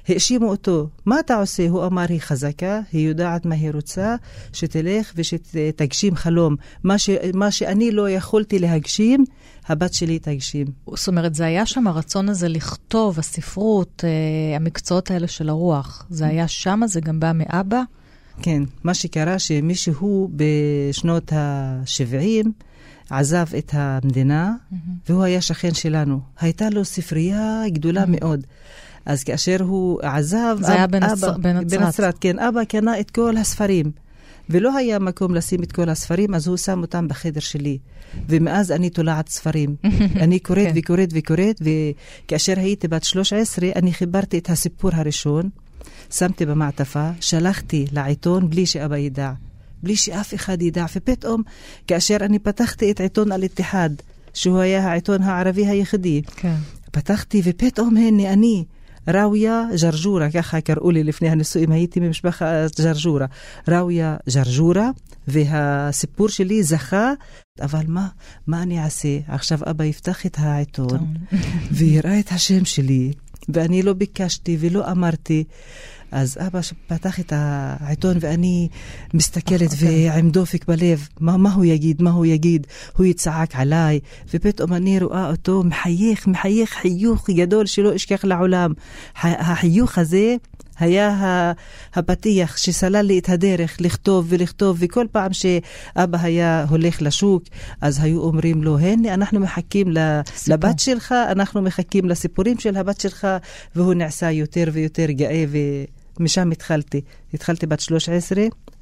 האשימו אותו, מה אתה עושה? הוא אמר, היא חזקה, היא יודעת מה היא רוצה, שתלך ושתגשים חלום. מה, ש, מה שאני לא יכולתי להגשים, הבת שלי תגשים. זאת אומרת, זה היה שם הרצון הזה לכתוב, הספרות, אה, המקצועות האלה של הרוח. זה היה שם, זה גם בא מאבא? כן, מה שקרה שמישהו בשנות ה-שבעים עזב את המדינה, mm-hmm. והוא היה שכן שלנו. הייתה לו ספרייה גדולה mm-hmm. מאוד. אז כאשר הוא עזב, זה היה בנצרת. בנצרת, כן, אבא קנה את כל הספרים, ולא היה מקום לשים את כל הספרים, אז הוא שם אותם בחדר שלי. ומאז אני תולעת ספרים. אני קוראת וקוראת וקוראת, וכאשר הייתי בת שלוש עשרה, אני חיברתי את הסיפור הראשון, שמתי במעטפה, שלחתי לעיתון בלי שאבא ידע, בלי שאף אחד ידע, ופתאום, כאשר אני פתחתי את עיתון אל-איתיחד, שהוא היה העיתון הערבי היחידי, כן. פתחתי ופתאום הנה אני, ראויה ג'רג'ורה, ככה קראו לי לפני הנישואים, הייתי ממשפחה ג'רג'ורה, ראויה ג'רג'ורה, והסיפור שלי זכה, אבל מה, מה אני אעשה? עכשיו אבא יפתח את העיתון, ויראה את השם שלי, ואני לא ביקשתי ולא אמרתי, אז אבא פתח את העיתון ואני מסתכלת ועם דופק בלב, מה, מה הוא יגיד, מה הוא יגיד, הוא יצעק עליי, ופתאום אני רואה אותו מחייך, מחייך חיוך גדול שלא אשכח לעולם. החיוך הזה היה הפתיח שסלל לי את הדרך לכתוב ולכתוב, וכל פעם שאבא היה הולך לשוק, אז היו אומרים לו, הנה אנחנו מחכים לבת שלך, אנחנו מחכים לסיפורים של הבת שלך, והוא נעשה יותר ויותר גאה, ומשם התחלתי. התחלתי בת שלוש עשרה,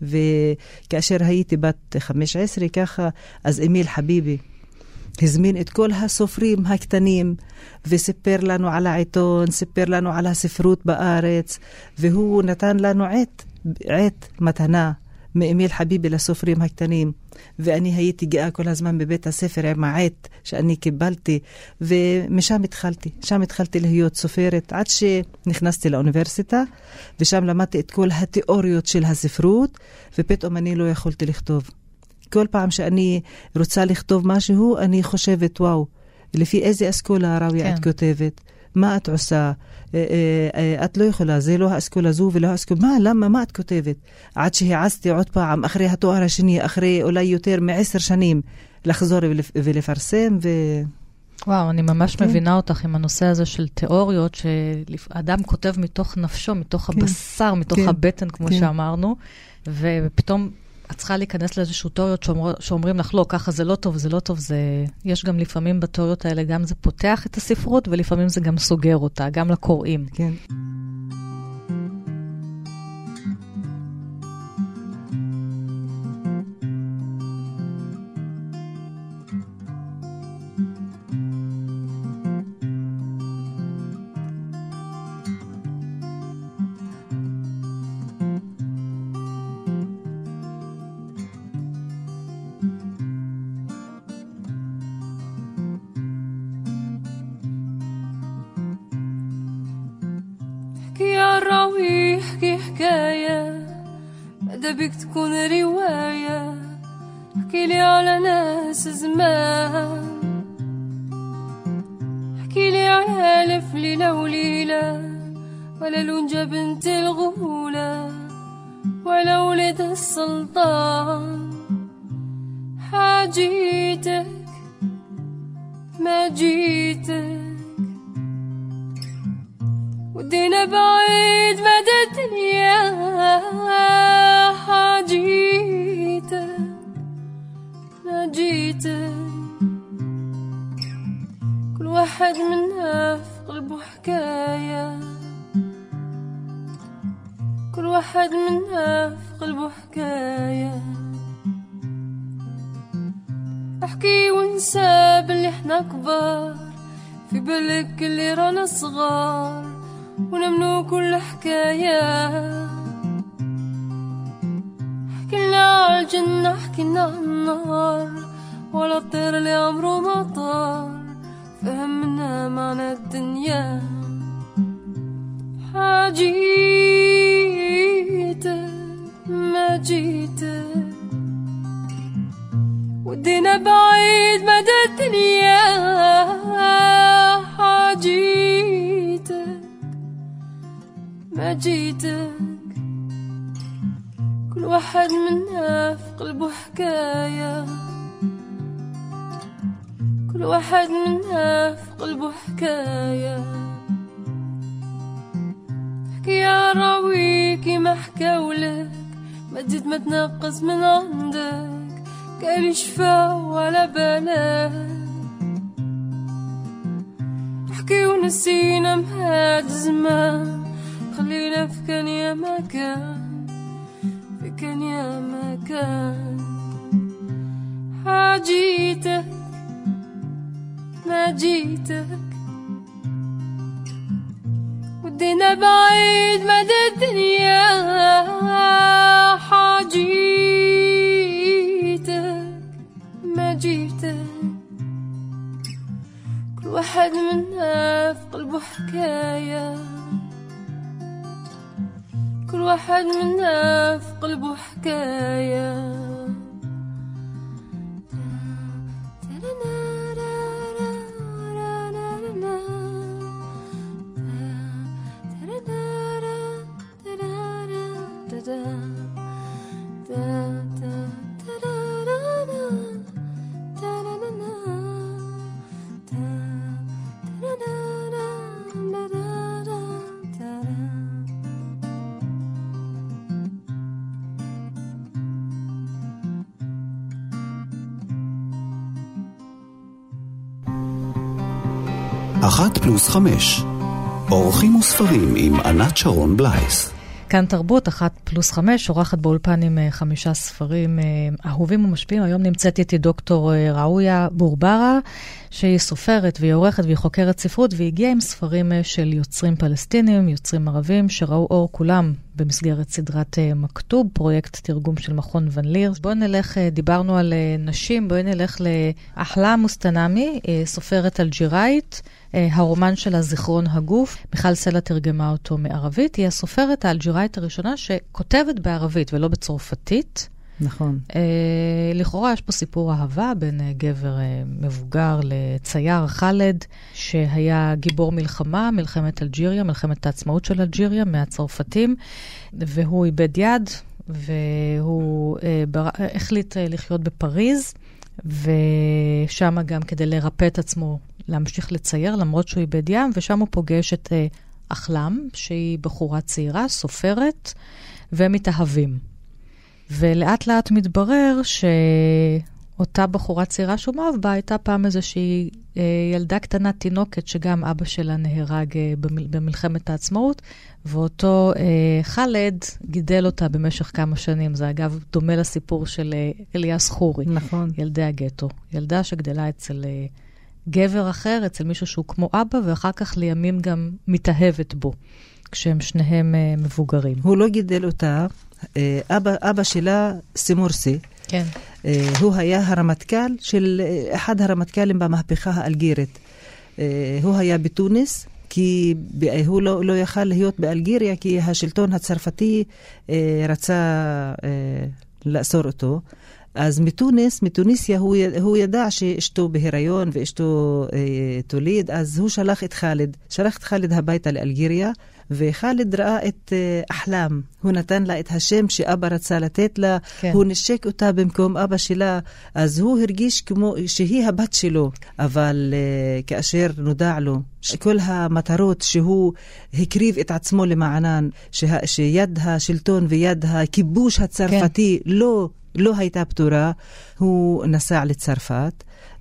וכאשר הייתי בת חמש עשרה ככה, אז אמיל חביבי הזמין את כל הסופרים הקטנים, וסיפר לנו על העיתון, סיפר לנו על הספרות בארץ, והוא נתן לנו עת, עת מתנה מאמיל חביבי לסופרים הקטנים, ואני הייתי גאה כל הזמן בבית הספר עם העת שאני קיבלתי, ומשם התחלתי, שם התחלתי להיות סופרת, עד שנכנסתי לאוניברסיטה, ושם למדתי את כל התיאוריות של הספרות, ופתאום אני לא יכולתי לכתוב. כל פעם שאני רוצה לכתוב משהו, אני חושבת, וואו, לפי איזה אסכולה ראויה כן. את כותבת? מה את עושה? את לא יכולה, זה לא האסכולה זו ולא האסכולה, מה, למה, מה את כותבת? עד שהעזתי עוד פעם, אחרי התואר השני, אחרי אולי יותר מעשר שנים, לחזור ולפרסם ו... וואו, אני ממש כן. מבינה אותך עם הנושא הזה של תיאוריות, שאדם כותב מתוך נפשו, מתוך כן. הבשר, מתוך כן. הבטן, כמו כן. שאמרנו, ופתאום את צריכה להיכנס לאיזשהו תיאוריות שאומר, שאומרים לך, לא, ככה זה לא טוב, זה לא טוב, זה... יש גם לפעמים בתיאוריות האלה, גם זה פותח את הספרות, ולפעמים זה גם סוגר אותה, גם לקוראים. כן. بدك تكون رواية احكي لي على ناس زمان احكي لي على ألف ليلة وليلة ولا لونجة بنت الغولة ولا ولد السلطان حاجيتك ما جيتك ودينا بعيد مدى الدنيا حاجيتك ما جيتك كل واحد منا في قلبه حكاية كل واحد منا في قلبه حكاية احكي وانسى باللي احنا كبار في بالك اللي رانا صغار ونمنو كل حكاية حكينا على الجنة حكينا على النار ولا الطير اللي عمره ما طار فهمنا معنى الدنيا حاجيتك ما جيتك ودينا بعيد مدى الدنيا حاجيتك جيتك كل واحد منا في قلبه حكاية كل واحد منا في قلبه حكاية حكاية راويكي ما حكاولك ما تزيد ما تنقص من عندك قالي شفا ولا بالك حكي ونسينا مهاد الزمان خلينا في كان يا مكان في كان يا مكان حاجيتك ما جيتك ودينا بعيد مدى الدنيا حاجيتك ما جيتك كل واحد منا في قلبه حكاية كل واحد منا في قلبه حكاية אחת פלוס חמש, אורחים וספרים עם ענת שרון בלייס. כאן תרבות, אחת פלוס חמש, עורכת באולפן עם חמישה ספרים אהובים ומשפיעים. היום נמצאת איתי דוקטור ראויה בורברה, שהיא סופרת והיא עורכת והיא חוקרת ספרות, והיא הגיעה עם ספרים של יוצרים פלסטינים, יוצרים ערבים, שראו אור כולם במסגרת סדרת מכתוב, פרויקט תרגום של מכון ון ליר. בואו נלך, דיברנו על נשים, בואו נלך לאחלה מוסטנמי, סופרת אלג'יראית, הרומן של הזיכרון הגוף. מיכל סלע תרגמה אותו מערבית. היא הסופרת האלג'יראית הראשונה שכותבת בערבית ולא בצרפתית. נכון. לכאורה יש פה סיפור אהבה בין גבר מבוגר לצייר חאלד, שהיה גיבור מלחמה, מלחמת אלג'יריה, מלחמת העצמאות של אלג'יריה מהצרפתים, והוא איבד יד, והוא החליט לחיות בפריז, ושם גם כדי לרפא את עצמו להמשיך לצייר, למרות שהוא איבד ים, ושם הוא פוגש את אחלם, שהיא בחורה צעירה, סופרת, והם מתאהבים. ולאט לאט מתברר שאותה בחורה צעירה שהוא מאהב בה, הייתה פעם איזושהי ילדה קטנה תינוקת, שגם אבא שלה נהרג במלחמת העצמאות, ואותו חאלד גידל אותה במשך כמה שנים. זה אגב דומה לסיפור של אליאס חורי. נכון. ילדי הגטו. ילדה שגדלה אצל גבר אחר, אצל מישהו שהוא כמו אבא, ואחר כך לימים גם מתאהבת בו, כשהם שניהם מבוגרים. הוא לא גידל אותה, אבא, אבא שלה סימורסי. כן. הוא היה הרמטכ"ל של אחד הרמטכ"לים במהפכה האלגירית. הוא היה בתוניס, כי הוא לא, לא יכל להיות באלגיריה, כי השלטון הצרפתי רצה לאסור אותו. אז מתוניס, מתוניסיה, הוא, הוא ידע שאשתו בהיריון ואשתו אה, תוליד, אז הוא שלח את חאלד, שלח את חאלד הביתה לאלגיריה, וחאלד ראה את אה, אחלם. הוא נתן לה את השם שאבא רצה לתת לה, כן. הוא נשק אותה במקום אבא שלה, אז הוא הרגיש כמו שהיא הבת שלו, אבל אה, כאשר נודע לו, כל המטרות שהוא הקריב את עצמו למענן, שה, שיד השלטון ויד הכיבוש הצרפתי כן. לא לא הייתה פתורה, הוא נסע לצרפת,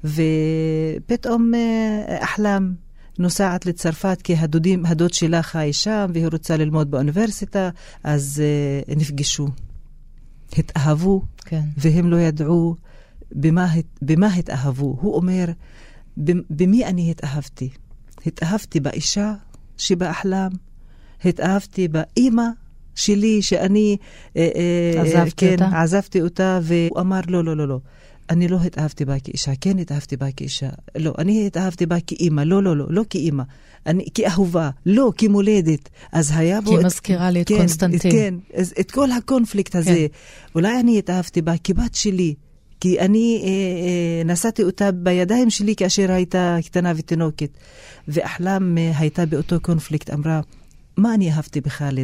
ופתאום אחלם נוסעת לצרפת, כי הדודים, הדוד שלה חי שם, והיא רוצה ללמוד באוניברסיטה, אז נפגשו. התאהבו, כן. והם לא ידעו במה, במה התאהבו. הוא אומר, במי אני התאהבתי? התאהבתי באישה שבאחלם, התאהבתי באמא, שלי, שאני עזבתי כן, אותה. עזבתי אותה, והוא אמר, לא, לא, לא, לא. אני לא התאהבתי בה כאישה, כן התאהבתי בה כאישה. לא, אני התאהבתי בה כאימא, לא, לא, לא, לא כאימא. אני, כאהובה, לא, כמולדת. אז היה בו... כי היא מזכירה לי את כן, קונסטנטין. כן, אז את כל הקונפליקט הזה. כן. אולי אני התאהבתי בה כבת שלי, כי אני אה, אה, נסעתי אותה בידיים שלי כאשר הייתה קטנה ותינוקת. ואחלם אה, הייתה באותו קונפליקט, אמרה, מה אני אהבתי בחאלד?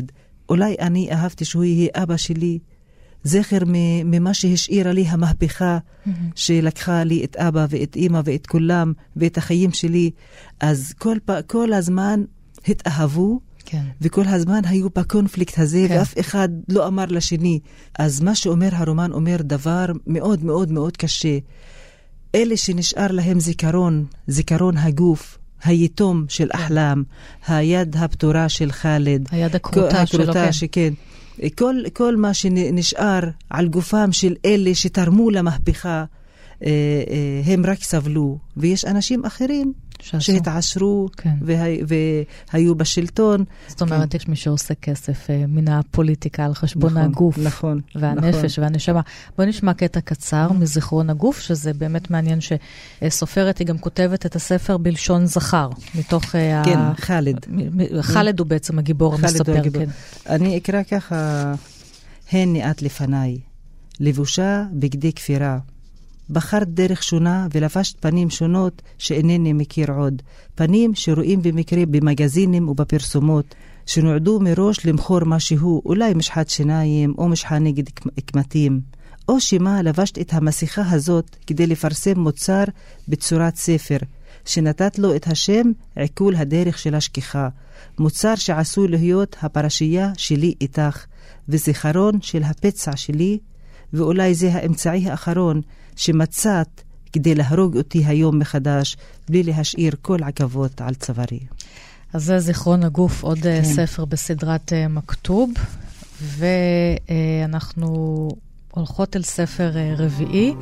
אולי אני אהבתי שהוא יהיה אבא שלי, זכר ממה שהשאירה לי המהפכה, mm-hmm. שלקחה לי את אבא ואת אמא ואת כולם ואת החיים שלי. אז כל, כל הזמן התאהבו, כן. וכל הזמן היו בקונפליקט הזה, כן. ואף אחד לא אמר לשני. אז מה שאומר הרומן אומר דבר מאוד מאוד מאוד קשה. אלה שנשאר להם זיכרון, זיכרון הגוף, היתום של אחלם, היד הפתורה של חאלד, היד הקרוטה שלו, כן. שכן. כל, כל מה שנשאר על גופם של אלה שתרמו למהפכה, הם רק סבלו. ויש אנשים אחרים שעשו. שהתעשרו, כן. וה, והיו בשלטון. זאת אומרת, כן. יש מי שעושה כסף מן הפוליטיקה על חשבון נכון, הגוף, נכון, והנפש נכון. והנשמה. בואו נשמע קטע קצר מזיכרון הגוף, שזה באמת מעניין שסופרת, היא גם כותבת את הספר בלשון זכר, מתוך... כן, ה... חאלד. חאלד הוא בעצם הגיבור המספר, הגיבור. כן. אני אקרא ככה, הן נעת לפניי, לבושה בגדי כפירה, בחרת דרך שונה ולבשת פנים שונות שאינני מכיר עוד. פנים שרואים במקרה במגזינים ובפרסומות, שנועדו מראש למכור משהו, אולי משחת שיניים או משחה נגד קמטים. או שמה לבשת את המסיכה הזאת כדי לפרסם מוצר בצורת ספר, שנתת לו את השם עיכול הדרך של השכיחה. מוצר שעשוי להיות הפרשייה שלי איתך, וזיכרון של הפצע שלי, ואולי זה האמצעי האחרון שמצאת כדי להרוג אותי היום מחדש, בלי להשאיר כל עקבות על צווארי. אז זה זיכרון הגוף, עוד כן. ספר בסדרת מכתוב, ואנחנו הולכות אל ספר רביעי.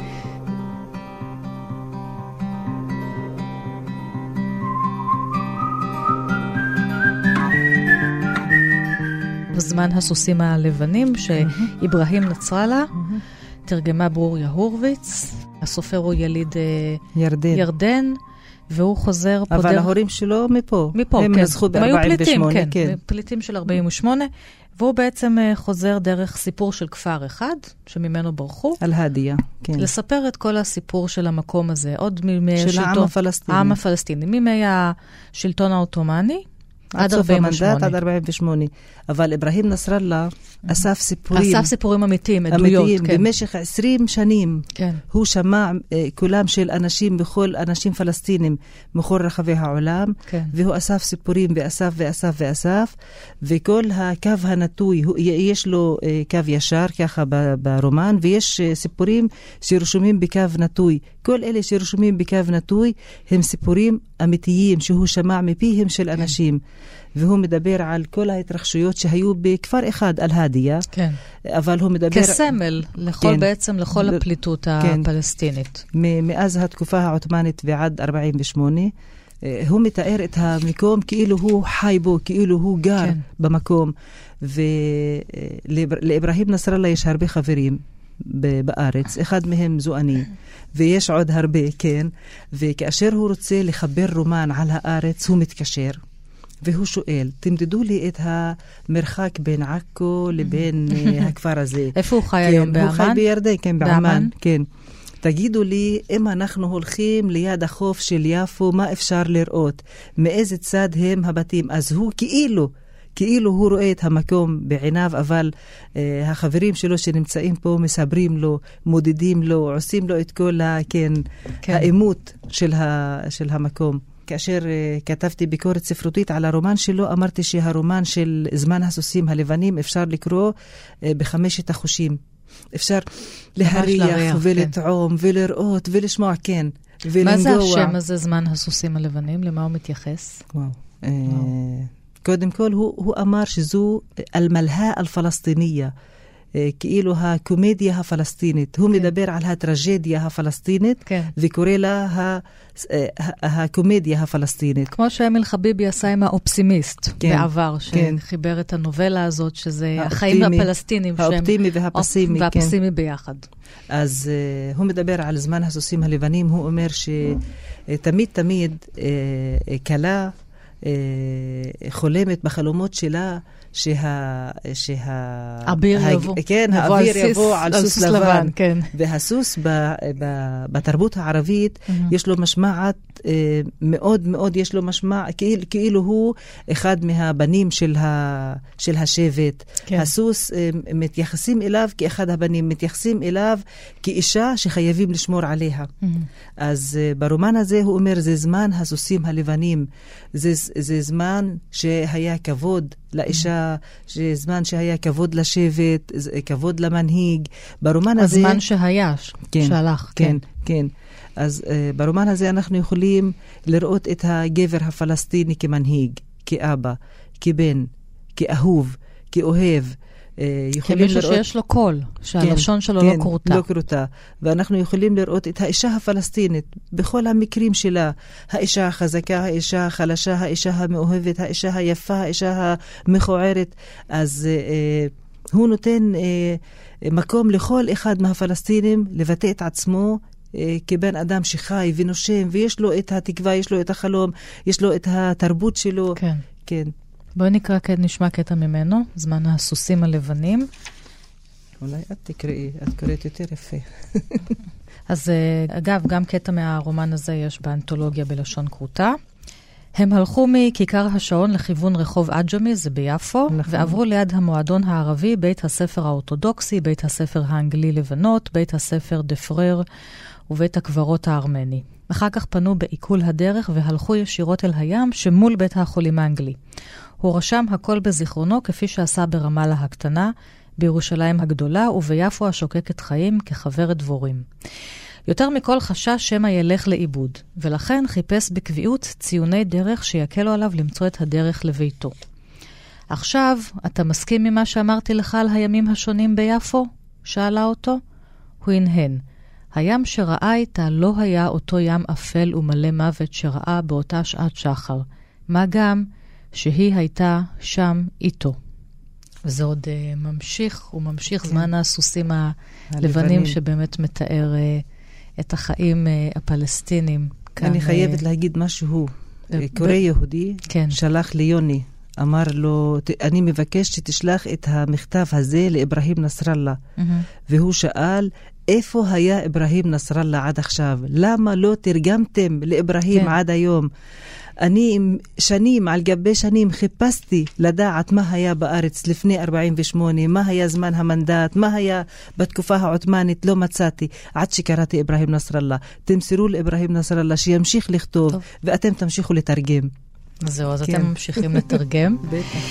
בזמן הסוסים הלבנים, שאיברהים נצרלה, תרגמה ברוריה הורוביץ, הסופר הוא יליד ירדן, ירדן והוא חוזר פה... אבל ההורים שלו מפה. מפה, הם כן. נזכו הם היו פליטים, כן. כן. פליטים של ארבעים ושמונה, והוא בעצם חוזר דרך סיפור של כפר אחד, שממנו ברחו. אל-הדיה, כן. לספר את כל הסיפור של המקום הזה, עוד מימי של השלטון... העם הפלסטיני. העם הפלסטיני, מימי השלטון האוטומני, עד ארבעים ושמונה. עד ארבעים ושמונה. אבל אברהים נסראללה אסף סיפורים. אסף סיפורים אמיתיים, עדויות. אמיתיים, כן. במשך עשרים שנים. כן. הוא שמע אה, כולם של אנשים, בכל אנשים פלסטינים, בכל רחבי העולם. כן. והוא אסף סיפורים ואסף ואסף ואסף. וכל הקו הנטוי, הוא, יש לו אה, קו ישר ככה ברומן, ויש אה, סיפורים שרשומים בקו נטוי. כל אלה שרשומים בקו נטוי הם סיפורים אמיתיים שהוא שמע מפיהם של אנשים. והוא מדבר על כל ההתרחשויות שהיו בכפר אחד, אל-הדיה. כן. אבל הוא מדבר... כסמל, לכל כן. בעצם, לכל הפליטות כן. הפלסטינית. מאז התקופה העות'מאנית ועד ארבעים ושמונה, הוא מתאר את המקום כאילו הוא חי בו, כאילו הוא גר כן. במקום. ולאברהים נסראללה יש הרבה חברים בארץ, אחד מהם זו אני, ויש עוד הרבה, כן. וכאשר הוא רוצה לחבר רומן על הארץ, הוא מתקשר. והוא שואל, תמדדו לי את המרחק בין עכו לבין הכפר הזה. איפה הוא חי היום? באמן? הוא חי בירדן, כן, באמן, כן. תגידו לי, אם אנחנו הולכים ליד החוף של יפו, מה אפשר לראות? מאיזה צד הם הבתים? אז הוא כאילו, כאילו הוא רואה את המקום בעיניו, אבל אה, החברים שלו שנמצאים פה מסברים לו, מודדים לו, עושים לו את כל ה, כן, כן. האימות של, ה, של המקום. כאשר uh, כתבתי ביקורת ספרותית על הרומן שלו, אמרתי שהרומן של זמן הסוסים הלבנים אפשר לקרוא uh, בחמשת החושים. אפשר להריח ולטעום כן. ולראות ולשמוע, כן. ולנגוע. מה זה השם הזה, זמן הסוסים הלבנים? למה הוא מתייחס? וואו. Uh, וואו. קודם כל, הוא, הוא אמר שזו אל-מלהה אל-פלסטיניה. כאילו הקומדיה הפלסטינית. הוא מדבר על הטרגדיה הפלסטינית, וקורא לה הקומדיה הפלסטינית. כמו שאמיל חביבי עשה עם האופסימיסט בעבר, שחיבר את הנובלה הזאת, שזה החיים הפלסטינים. האופטימי והפסימי. והפסימי ביחד. אז הוא מדבר על זמן הסוסים הלבנים, הוא אומר שתמיד תמיד קלה חולמת בחלומות שלה שה... שה... אביר ה... יבוא. כן, יבוא האוויר על יבוא סיס, על על סוס, סוס לבן. לבן, כן. והסוס ב... ב... בתרבות הערבית mm-hmm. יש לו משמעת אה, מאוד מאוד, יש לו משמע, כאילו, כאילו הוא אחד מהבנים של, ה... של השבט. כן. הסוס, אה, מתייחסים אליו כאחד הבנים, מתייחסים אליו כאישה שחייבים לשמור עליה. Mm-hmm. אז אה, ברומן הזה הוא אומר, זה זמן הסוסים הלבנים, זה, זה זמן שהיה כבוד לאישה, זה זמן שהיה כבוד לשבט, כבוד למנהיג. ברומן הזה... הזמן שהיה, כן, שהלך. כן, כן. כן. אז uh, ברומן הזה אנחנו יכולים לראות את הגבר הפלסטיני כמנהיג, כאבא, כבן, כאהוב, כאוהב. כמישהו שיש לו קול, שהלשון שלו לא קורתה. לא קורתה. ואנחנו יכולים לראות את האישה הפלסטינית, בכל המקרים שלה, האישה החזקה, האישה החלשה, האישה המאוהבת, האישה היפה, האישה המכוערת. אז אה, הוא נותן אה, מקום לכל אחד מהפלסטינים לבטא את עצמו אה, כבן אדם שחי ונושם, ויש לו את התקווה, יש לו את החלום, יש לו את התרבות שלו. כן. כן. בואי נקרא, נשמע קטע ממנו, זמן הסוסים הלבנים. אולי את תקראי, את קוראת יותר יפה. אז אגב, גם קטע מהרומן הזה יש באנתולוגיה בלשון קרוטה. הם הלכו מכיכר השעון לכיוון רחוב אג'מי, זה ביפו, נכון. ועברו ליד המועדון הערבי, בית הספר האורתודוקסי, בית הספר האנגלי לבנות, בית הספר דפרר ובית הקברות הארמני. אחר כך פנו בעיכול הדרך והלכו ישירות אל הים שמול בית החולים האנגלי. הוא רשם הכל בזיכרונו כפי שעשה ברמאללה הקטנה, בירושלים הגדולה וביפו השוקקת חיים כחברת דבורים. יותר מכל חשש שמא ילך לאיבוד, ולכן חיפש בקביעות ציוני דרך שיקלו עליו למצוא את הדרך לביתו. עכשיו, אתה מסכים ממה שאמרתי לך על הימים השונים ביפו? שאלה אותו. הוא הנהן. הים שראה איתה לא היה אותו ים אפל ומלא מוות שראה באותה שעת שחר. מה גם שהיא הייתה שם איתו. וזה עוד uh, ממשיך, הוא ממשיך כן. זמן הסוסים הלבנים שבאמת מתאר uh, את החיים uh, הפלסטינים. אני חייבת uh, להגיד משהו. ב- קורא ב- יהודי כן. שלח ליוני, אמר לו, אני מבקש שתשלח את המכתב הזה לאברהים נסראללה. Mm-hmm. והוא שאל, איפה היה אברהים נסראללה עד עכשיו? למה לא תרגמתם לאברהים כן. עד היום? אני שנים על גבי שנים חיפשתי לדעת מה היה בארץ לפני ארבעים ושמונה, מה היה זמן המנדט, מה היה בתקופה העות'מאנית, לא מצאתי, עד שקראתי אברהים נסראללה. תמסרו לאברהים נסראללה שימשיך לכתוב, טוב. ואתם תמשיכו לתרגם. זהו, אז כן. אתם ממשיכים לתרגם. בטח.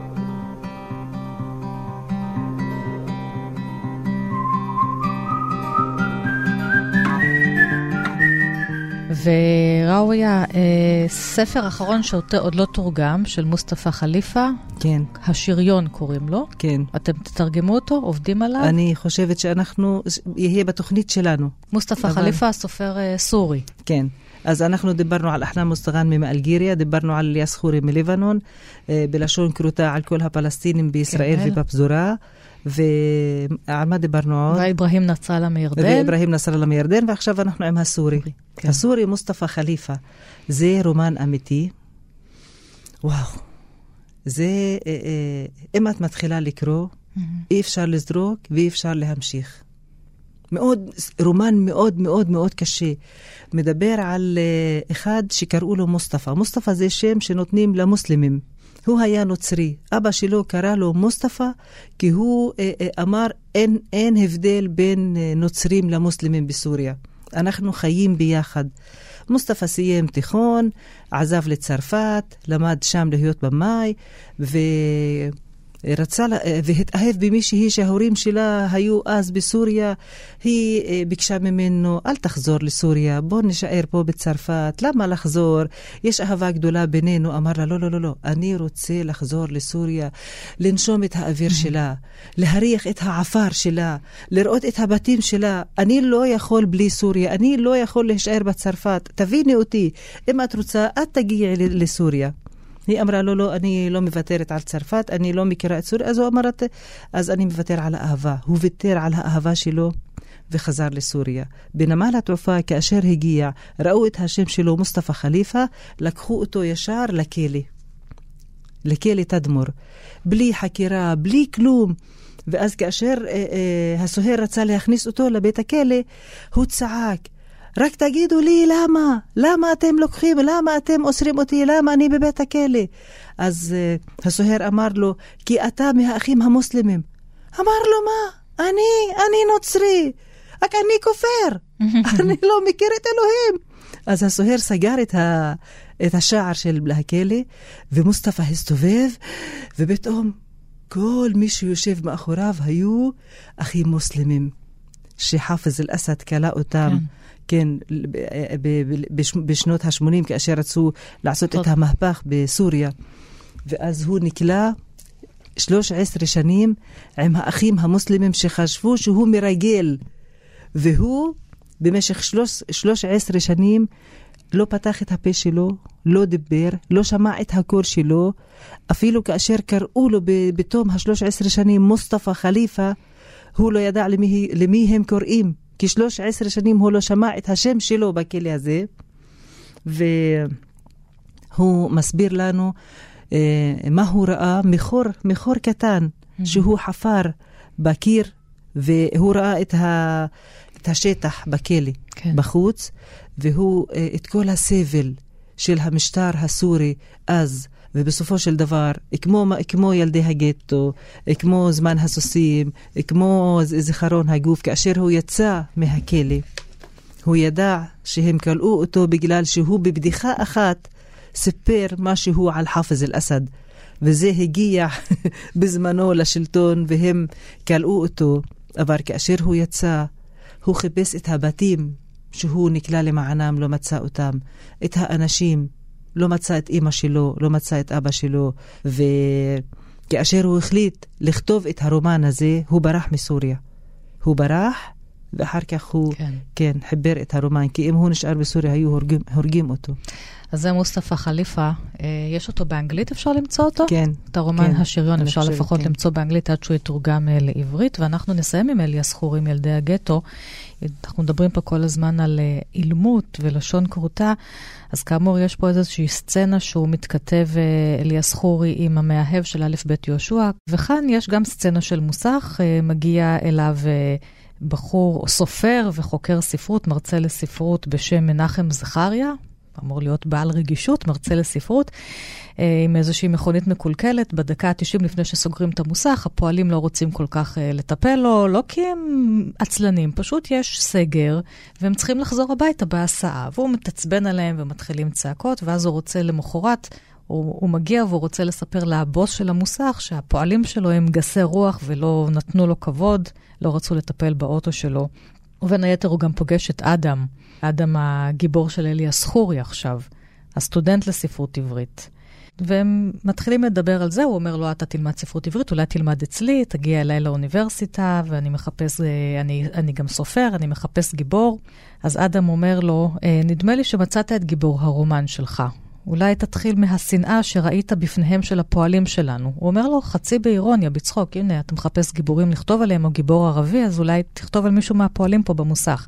וראויה, ספר אחרון שעוד לא תורגם, של מוסטפא חליפה. כן. השריון קוראים לו. כן. אתם תתרגמו אותו? עובדים עליו? אני חושבת שאנחנו, יהיה בתוכנית שלנו. מוסטפא אבל... חליפה, הסופר סורי. כן. אז אנחנו דיברנו על אחלאם מוסטגאן מאלג'יריה, דיברנו על אליאס חורי מלבנון, בלשון קרוטה על כל הפלסטינים בישראל כן. ובפזורה. ועל מה דיברנו עוד? ואיברהים נסראללה מירדן. ואיברהים נסראללה מירדן, ועכשיו אנחנו עם הסורי. כן. הסורי מוסטפא חליפה. זה רומן אמיתי. וואו. זה, אם את מתחילה לקרוא, mm-hmm. אי אפשר לזרוק ואי אפשר להמשיך. מאוד, רומן מאוד מאוד מאוד קשה. מדבר על אחד שקראו לו מוסטפא. מוסטפא זה שם שנותנים למוסלמים. הוא היה נוצרי. אבא שלו קרא לו מוסטפא, כי הוא אה, אה, אמר אין, אין הבדל בין אה, נוצרים למוסלמים בסוריה. אנחנו חיים ביחד. מוסטפא סיים תיכון, עזב לצרפת, למד שם להיות במאי, ו... רצה והתאהב במישהי שההורים שלה היו אז בסוריה. היא ביקשה ממנו, אל תחזור לסוריה, בוא נשאר פה בצרפת, למה לחזור? יש אהבה גדולה בינינו. אמר לה, לא, לא, לא, לא, אני רוצה לחזור לסוריה, לנשום את האוויר שלה, להריח את העפר שלה, לראות את הבתים שלה. אני לא יכול בלי סוריה, אני לא יכול להישאר בצרפת, תביני אותי, אם את רוצה, את תגיעי לסוריה. היא אמרה לו, לא, אני לא מוותרת על צרפת, אני לא מכירה את סוריה. אז הוא אמרת, אז אני מוותר על האהבה. הוא ויתר על האהבה שלו וחזר לסוריה. בנמל התעופה, כאשר הגיע, ראו את השם שלו, מוסטפא חליפה, לקחו אותו ישר לכלא. לכלא תדמור, בלי חקירה, בלי כלום. ואז כאשר אה, אה, הסוהר רצה להכניס אותו לבית הכלא, הוא צעק, רק תגידו לי למה, למה אתם לוקחים, למה אתם אוסרים אותי, למה אני בבית הכלא? אז אה, הסוהר אמר לו, כי אתה מהאחים המוסלמים. אמר לו, מה? אני, אני נוצרי, רק אני כופר, אני לא מכיר את אלוהים. אז הסוהר סגר את, ה, את השער של הכלא, ומוסטפא הסתובב, ופתאום כל מי שיושב מאחוריו היו אחים מוסלמים, שחאפז אל-אסד קלה אותם, כן, בשנות ה-שמונים, כאשר רצו לעשות את המהפך בסוריה. ואז הוא נקלה שלוש עשרה שנים עם האחים המוסלמים שחשבו שהוא מרגל, והוא במשך שלוש עשרה שנים לא פתח את הפה שלו, לא דיבר, לא שמע את הקול שלו, אפילו כאשר קראו לו בתום ה-שלוש עשרה שנים מוסטפא חליפה, הוא לא ידע למי, למי הם קוראים, כי שלוש עשרה שנים הוא לא שמע את השם שלו בכלא הזה. והוא מסביר לנו אה, מה הוא ראה, מחור, מחור קטן, mm-hmm. שהוא חפר בקיר, והוא ראה את, ה, את השטח בכלא, כן. בחוץ, והוא אה, את כל הסבל של המשטר הסורי אז, ובסופו של דבר, כמו, כמו ילדי הגטו, כמו זמן הסוסים, כמו זיכרון הגוף, כאשר הוא יצא מהכלא, הוא ידע שהם קלעו אותו בגלל שהוא בבדיחה אחת סיפר משהו על חאפז אל-אסד, וזה הגיע בזמנו לשלטון, והם קלעו אותו. אבל כאשר הוא יצא, הוא חיפש את הבתים שהוא נקלע למענם, לא מצא אותם, את האנשים, לא מצא את אמא שלו, לא מצא את אבא שלו. וכאשר הוא החליט לכתוב את הרומן הזה, הוא ברח מסוריה. הוא ברח, ואחר כך הוא כן. כן, חיבר את הרומן, כי אם הוא נשאר בסוריה, היו הורגים, הורגים אותו. אז זה מוסטפא חליפה. יש אותו באנגלית, אפשר למצוא אותו? כן. את הרומן כן, השריון אפשר חושב, לפחות כן. למצוא באנגלית עד שהוא יתורגם לעברית, ואנחנו נסיים עם אליאס חורי, עם ילדי הגטו. אנחנו מדברים פה כל הזמן על אילמות ולשון קרוטה, אז כאמור יש פה איזושהי סצנה שהוא מתכתב אליאס חורי עם המאהב של א' ב' יהושע, וכאן יש גם סצנה של מוסך, מגיע אליו בחור או סופר וחוקר ספרות, מרצה לספרות בשם מנחם זכריה, אמור להיות בעל רגישות, מרצה לספרות, עם איזושהי מכונית מקולקלת, בדקה ה-תשעים לפני שסוגרים את המוסך, הפועלים לא רוצים כל כך לטפל לו, לא כי הם עצלנים, פשוט יש סגר, והם צריכים לחזור הביתה בהסעה, והוא מתעצבן עליהם ומתחילים צעקות, ואז הוא רוצה למחרת, הוא, הוא מגיע והוא רוצה לספר לבוס של המוסך, שהפועלים שלו הם גסי רוח ולא נתנו לו כבוד, לא רצו לטפל באוטו שלו. ובין היתר הוא גם פוגש את אדם, אדם הגיבור של אליאס חורי עכשיו, הסטודנט לספרות עברית. והם מתחילים לדבר על זה, הוא אומר לו, אתה תלמד ספרות עברית, אולי תלמד אצלי, תגיע אליי לאוניברסיטה, ואני מחפש, אני, אני גם סופר, אני מחפש גיבור. אז אדם אומר לו, נדמה לי שמצאת את גיבור הרומן שלך. אולי תתחיל מהשנאה שראית בפניהם של הפועלים שלנו. הוא אומר לו, חצי באירוניה, בצחוק, הנה, אתה מחפש גיבורים לכתוב עליהם, או גיבור ערבי, אז אולי תכתוב על מישהו מהפועלים פה במוסך.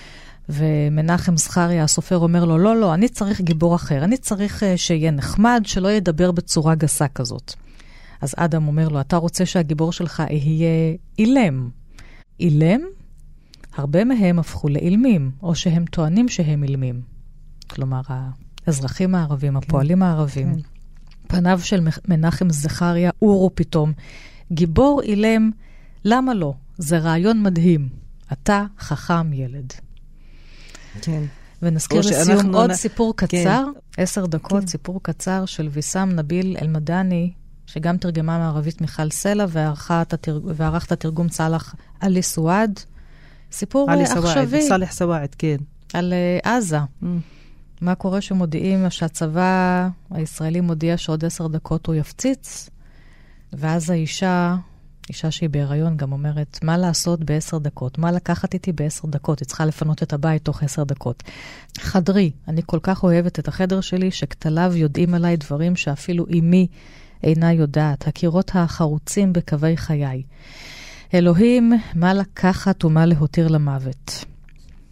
ומנחם זכריה, הסופר, אומר לו, לא, לא, אני צריך גיבור אחר, אני צריך uh, שיהיה נחמד, שלא ידבר בצורה גסה כזאת. אז אדם אומר לו, אתה רוצה שהגיבור שלך יהיה אילם. אילם? הרבה מהם הפכו לאילמים, או שהם טוענים שהם אילמים. כלומר, האזרחים הערבים, הפועלים הערבים. פניו של מנחם זכריה אורו פתאום. גיבור אילם, למה לא? זה רעיון מדהים. אתה חכם ילד. כן. ונזכיר לסיום עוד סיפור קצר, כן. עשר דקות, כן. סיפור קצר של ויסאם נביל אל-מדני, שגם תרגמה מערבית מיכל סלע, וערך את התרגום צלח עלי סועד. סיפור עכשווי. סלח סועד, כן. על uh, עזה. Mm. מה קורה שמודיעים שהצבא הישראלי מודיע שעוד עשר דקות הוא יפציץ, ואז האישה... אישה שהיא בהיריון גם אומרת, מה לעשות בעשר דקות? מה לקחת איתי בעשר דקות? היא צריכה לפנות את הבית תוך עשר דקות. חדרי, אני כל כך אוהבת את החדר שלי, שכתליו יודעים עליי דברים שאפילו אמי אינה יודעת. הקירות החרוצים בקווי חיי. אלוהים, מה לקחת ומה להותיר למוות?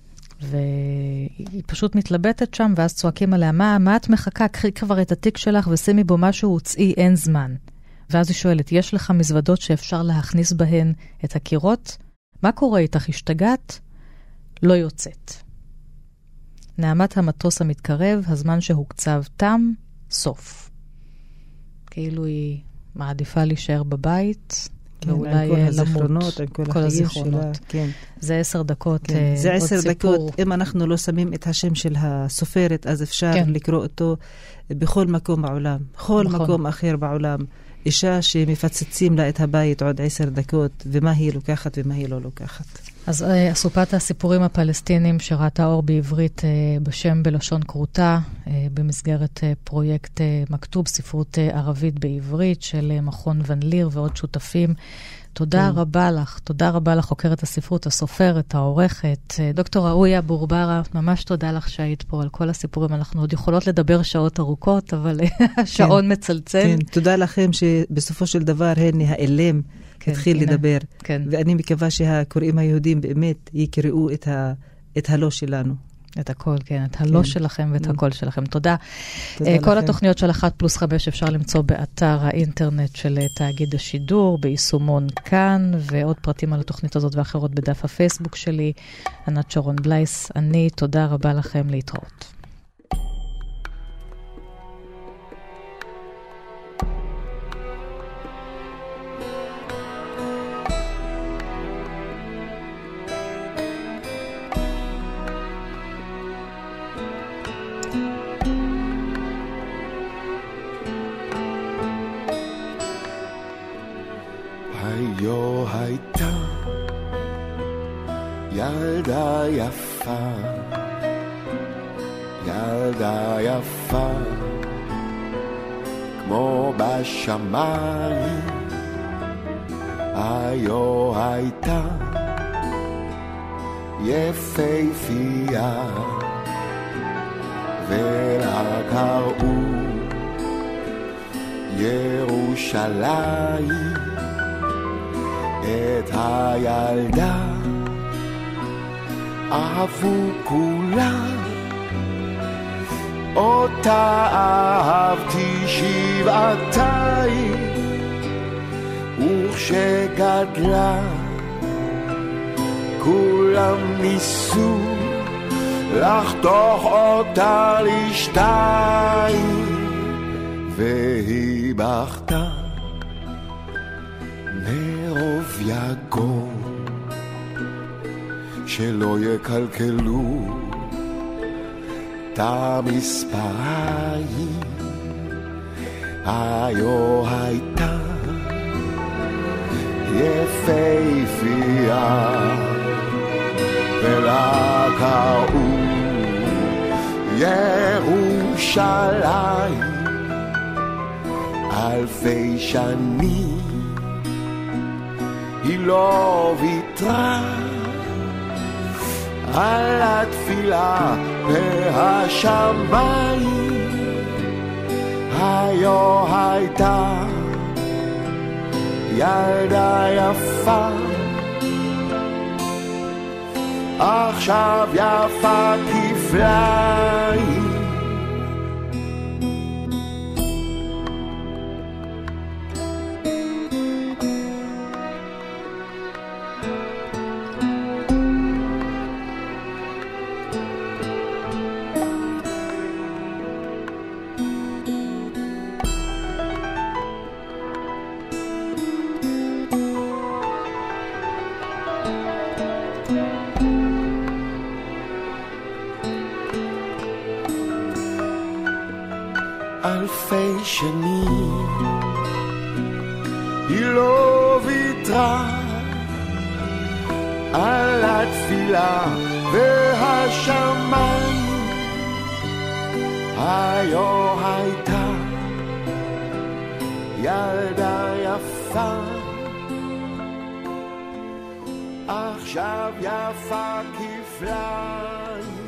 והיא פשוט מתלבטת שם, ואז צועקים עליה, מה, מה את מחכה? קחי כבר את התיק שלך ושימי בו משהו, הוצאי, אין זמן. ואז היא שואלת, יש לך מזוודות שאפשר להכניס בהן את הקירות? מה קורה איתך? השתגעת? לא יוצאת. נעמת המטוס המתקרב, הזמן שהוקצב תם, סוף. כאילו היא מעדיפה להישאר בבית, כן, ואולי כל למות. הזיכרונות, עם כל, כל החיים הזיכרונות. שלה. כן. זה עשר דקות כן. אה, זה עוד עשר סיפור. דקות, אם אנחנו לא שמים את השם של הסופרת, אז אפשר כן. לקרוא אותו בכל מקום בעולם. בכל נכון. מקום אחר בעולם. אישה שמפצצים לה את הבית עוד עשר דקות, ומה היא לוקחת ומה היא לא לוקחת. אז אה, אסופת הסיפורים הפלסטינים שראתה אור בעברית אה, בשם בלשון קרוטה, אה, במסגרת אה, פרויקט אה, מכתוב, ספרות אה, ערבית בעברית של אה, מכון ון ליר ועוד שותפים. תודה כן. רבה לך, תודה רבה לך, חוקרת הספרות, הסופרת, העורכת. אה, דוקטור ראויה בורברה, ממש תודה לך שהיית פה על כל הסיפורים. אנחנו עוד יכולות לדבר שעות ארוכות, אבל השעון כן. מצלצל. כן, תודה לכם שבסופו של דבר הנה האלם כן, התחיל הנה. לדבר. כן. ואני מקווה שהקוראים היהודים באמת יקראו את, ה, את הלא שלנו. את הכל, כן, את הלא כן. שלכם ואת הקול שלכם. תודה. תודה uh, כל לכם. התוכניות של אחת פלוס חמש אפשר למצוא באתר האינטרנט של תאגיד השידור, ביישומון כאן, ועוד פרטים על התוכנית הזאת ואחרות בדף הפייסבוק שלי. ענת שרון בלייס, אני, תודה רבה לכם, להתראות. היו הייתה ילדה יפה, ילדה יפה כמו בשמיים. היו הייתה יפהפייה ולה קראו ירושלים. את הילדה אהבו כולם, אותה אהבתי שבעתיים, וכשגדלה כולם ניסו לחתוך אותה לשתיים, והיא בכתה מרוב יגור שלא יקלקלו את המספריים. היו הייתה יפהפייה ולה קראו ירושלים. אלפי שנים היא לא ויתרה על התפילה והשמיים. היו הייתה ילדה יפה, עכשיו יפה כפליים. אלפי שנים היא לא ויתרה על התפילה והשמיים. היו הייתה ילדה יפה, עכשיו יפה כפליים.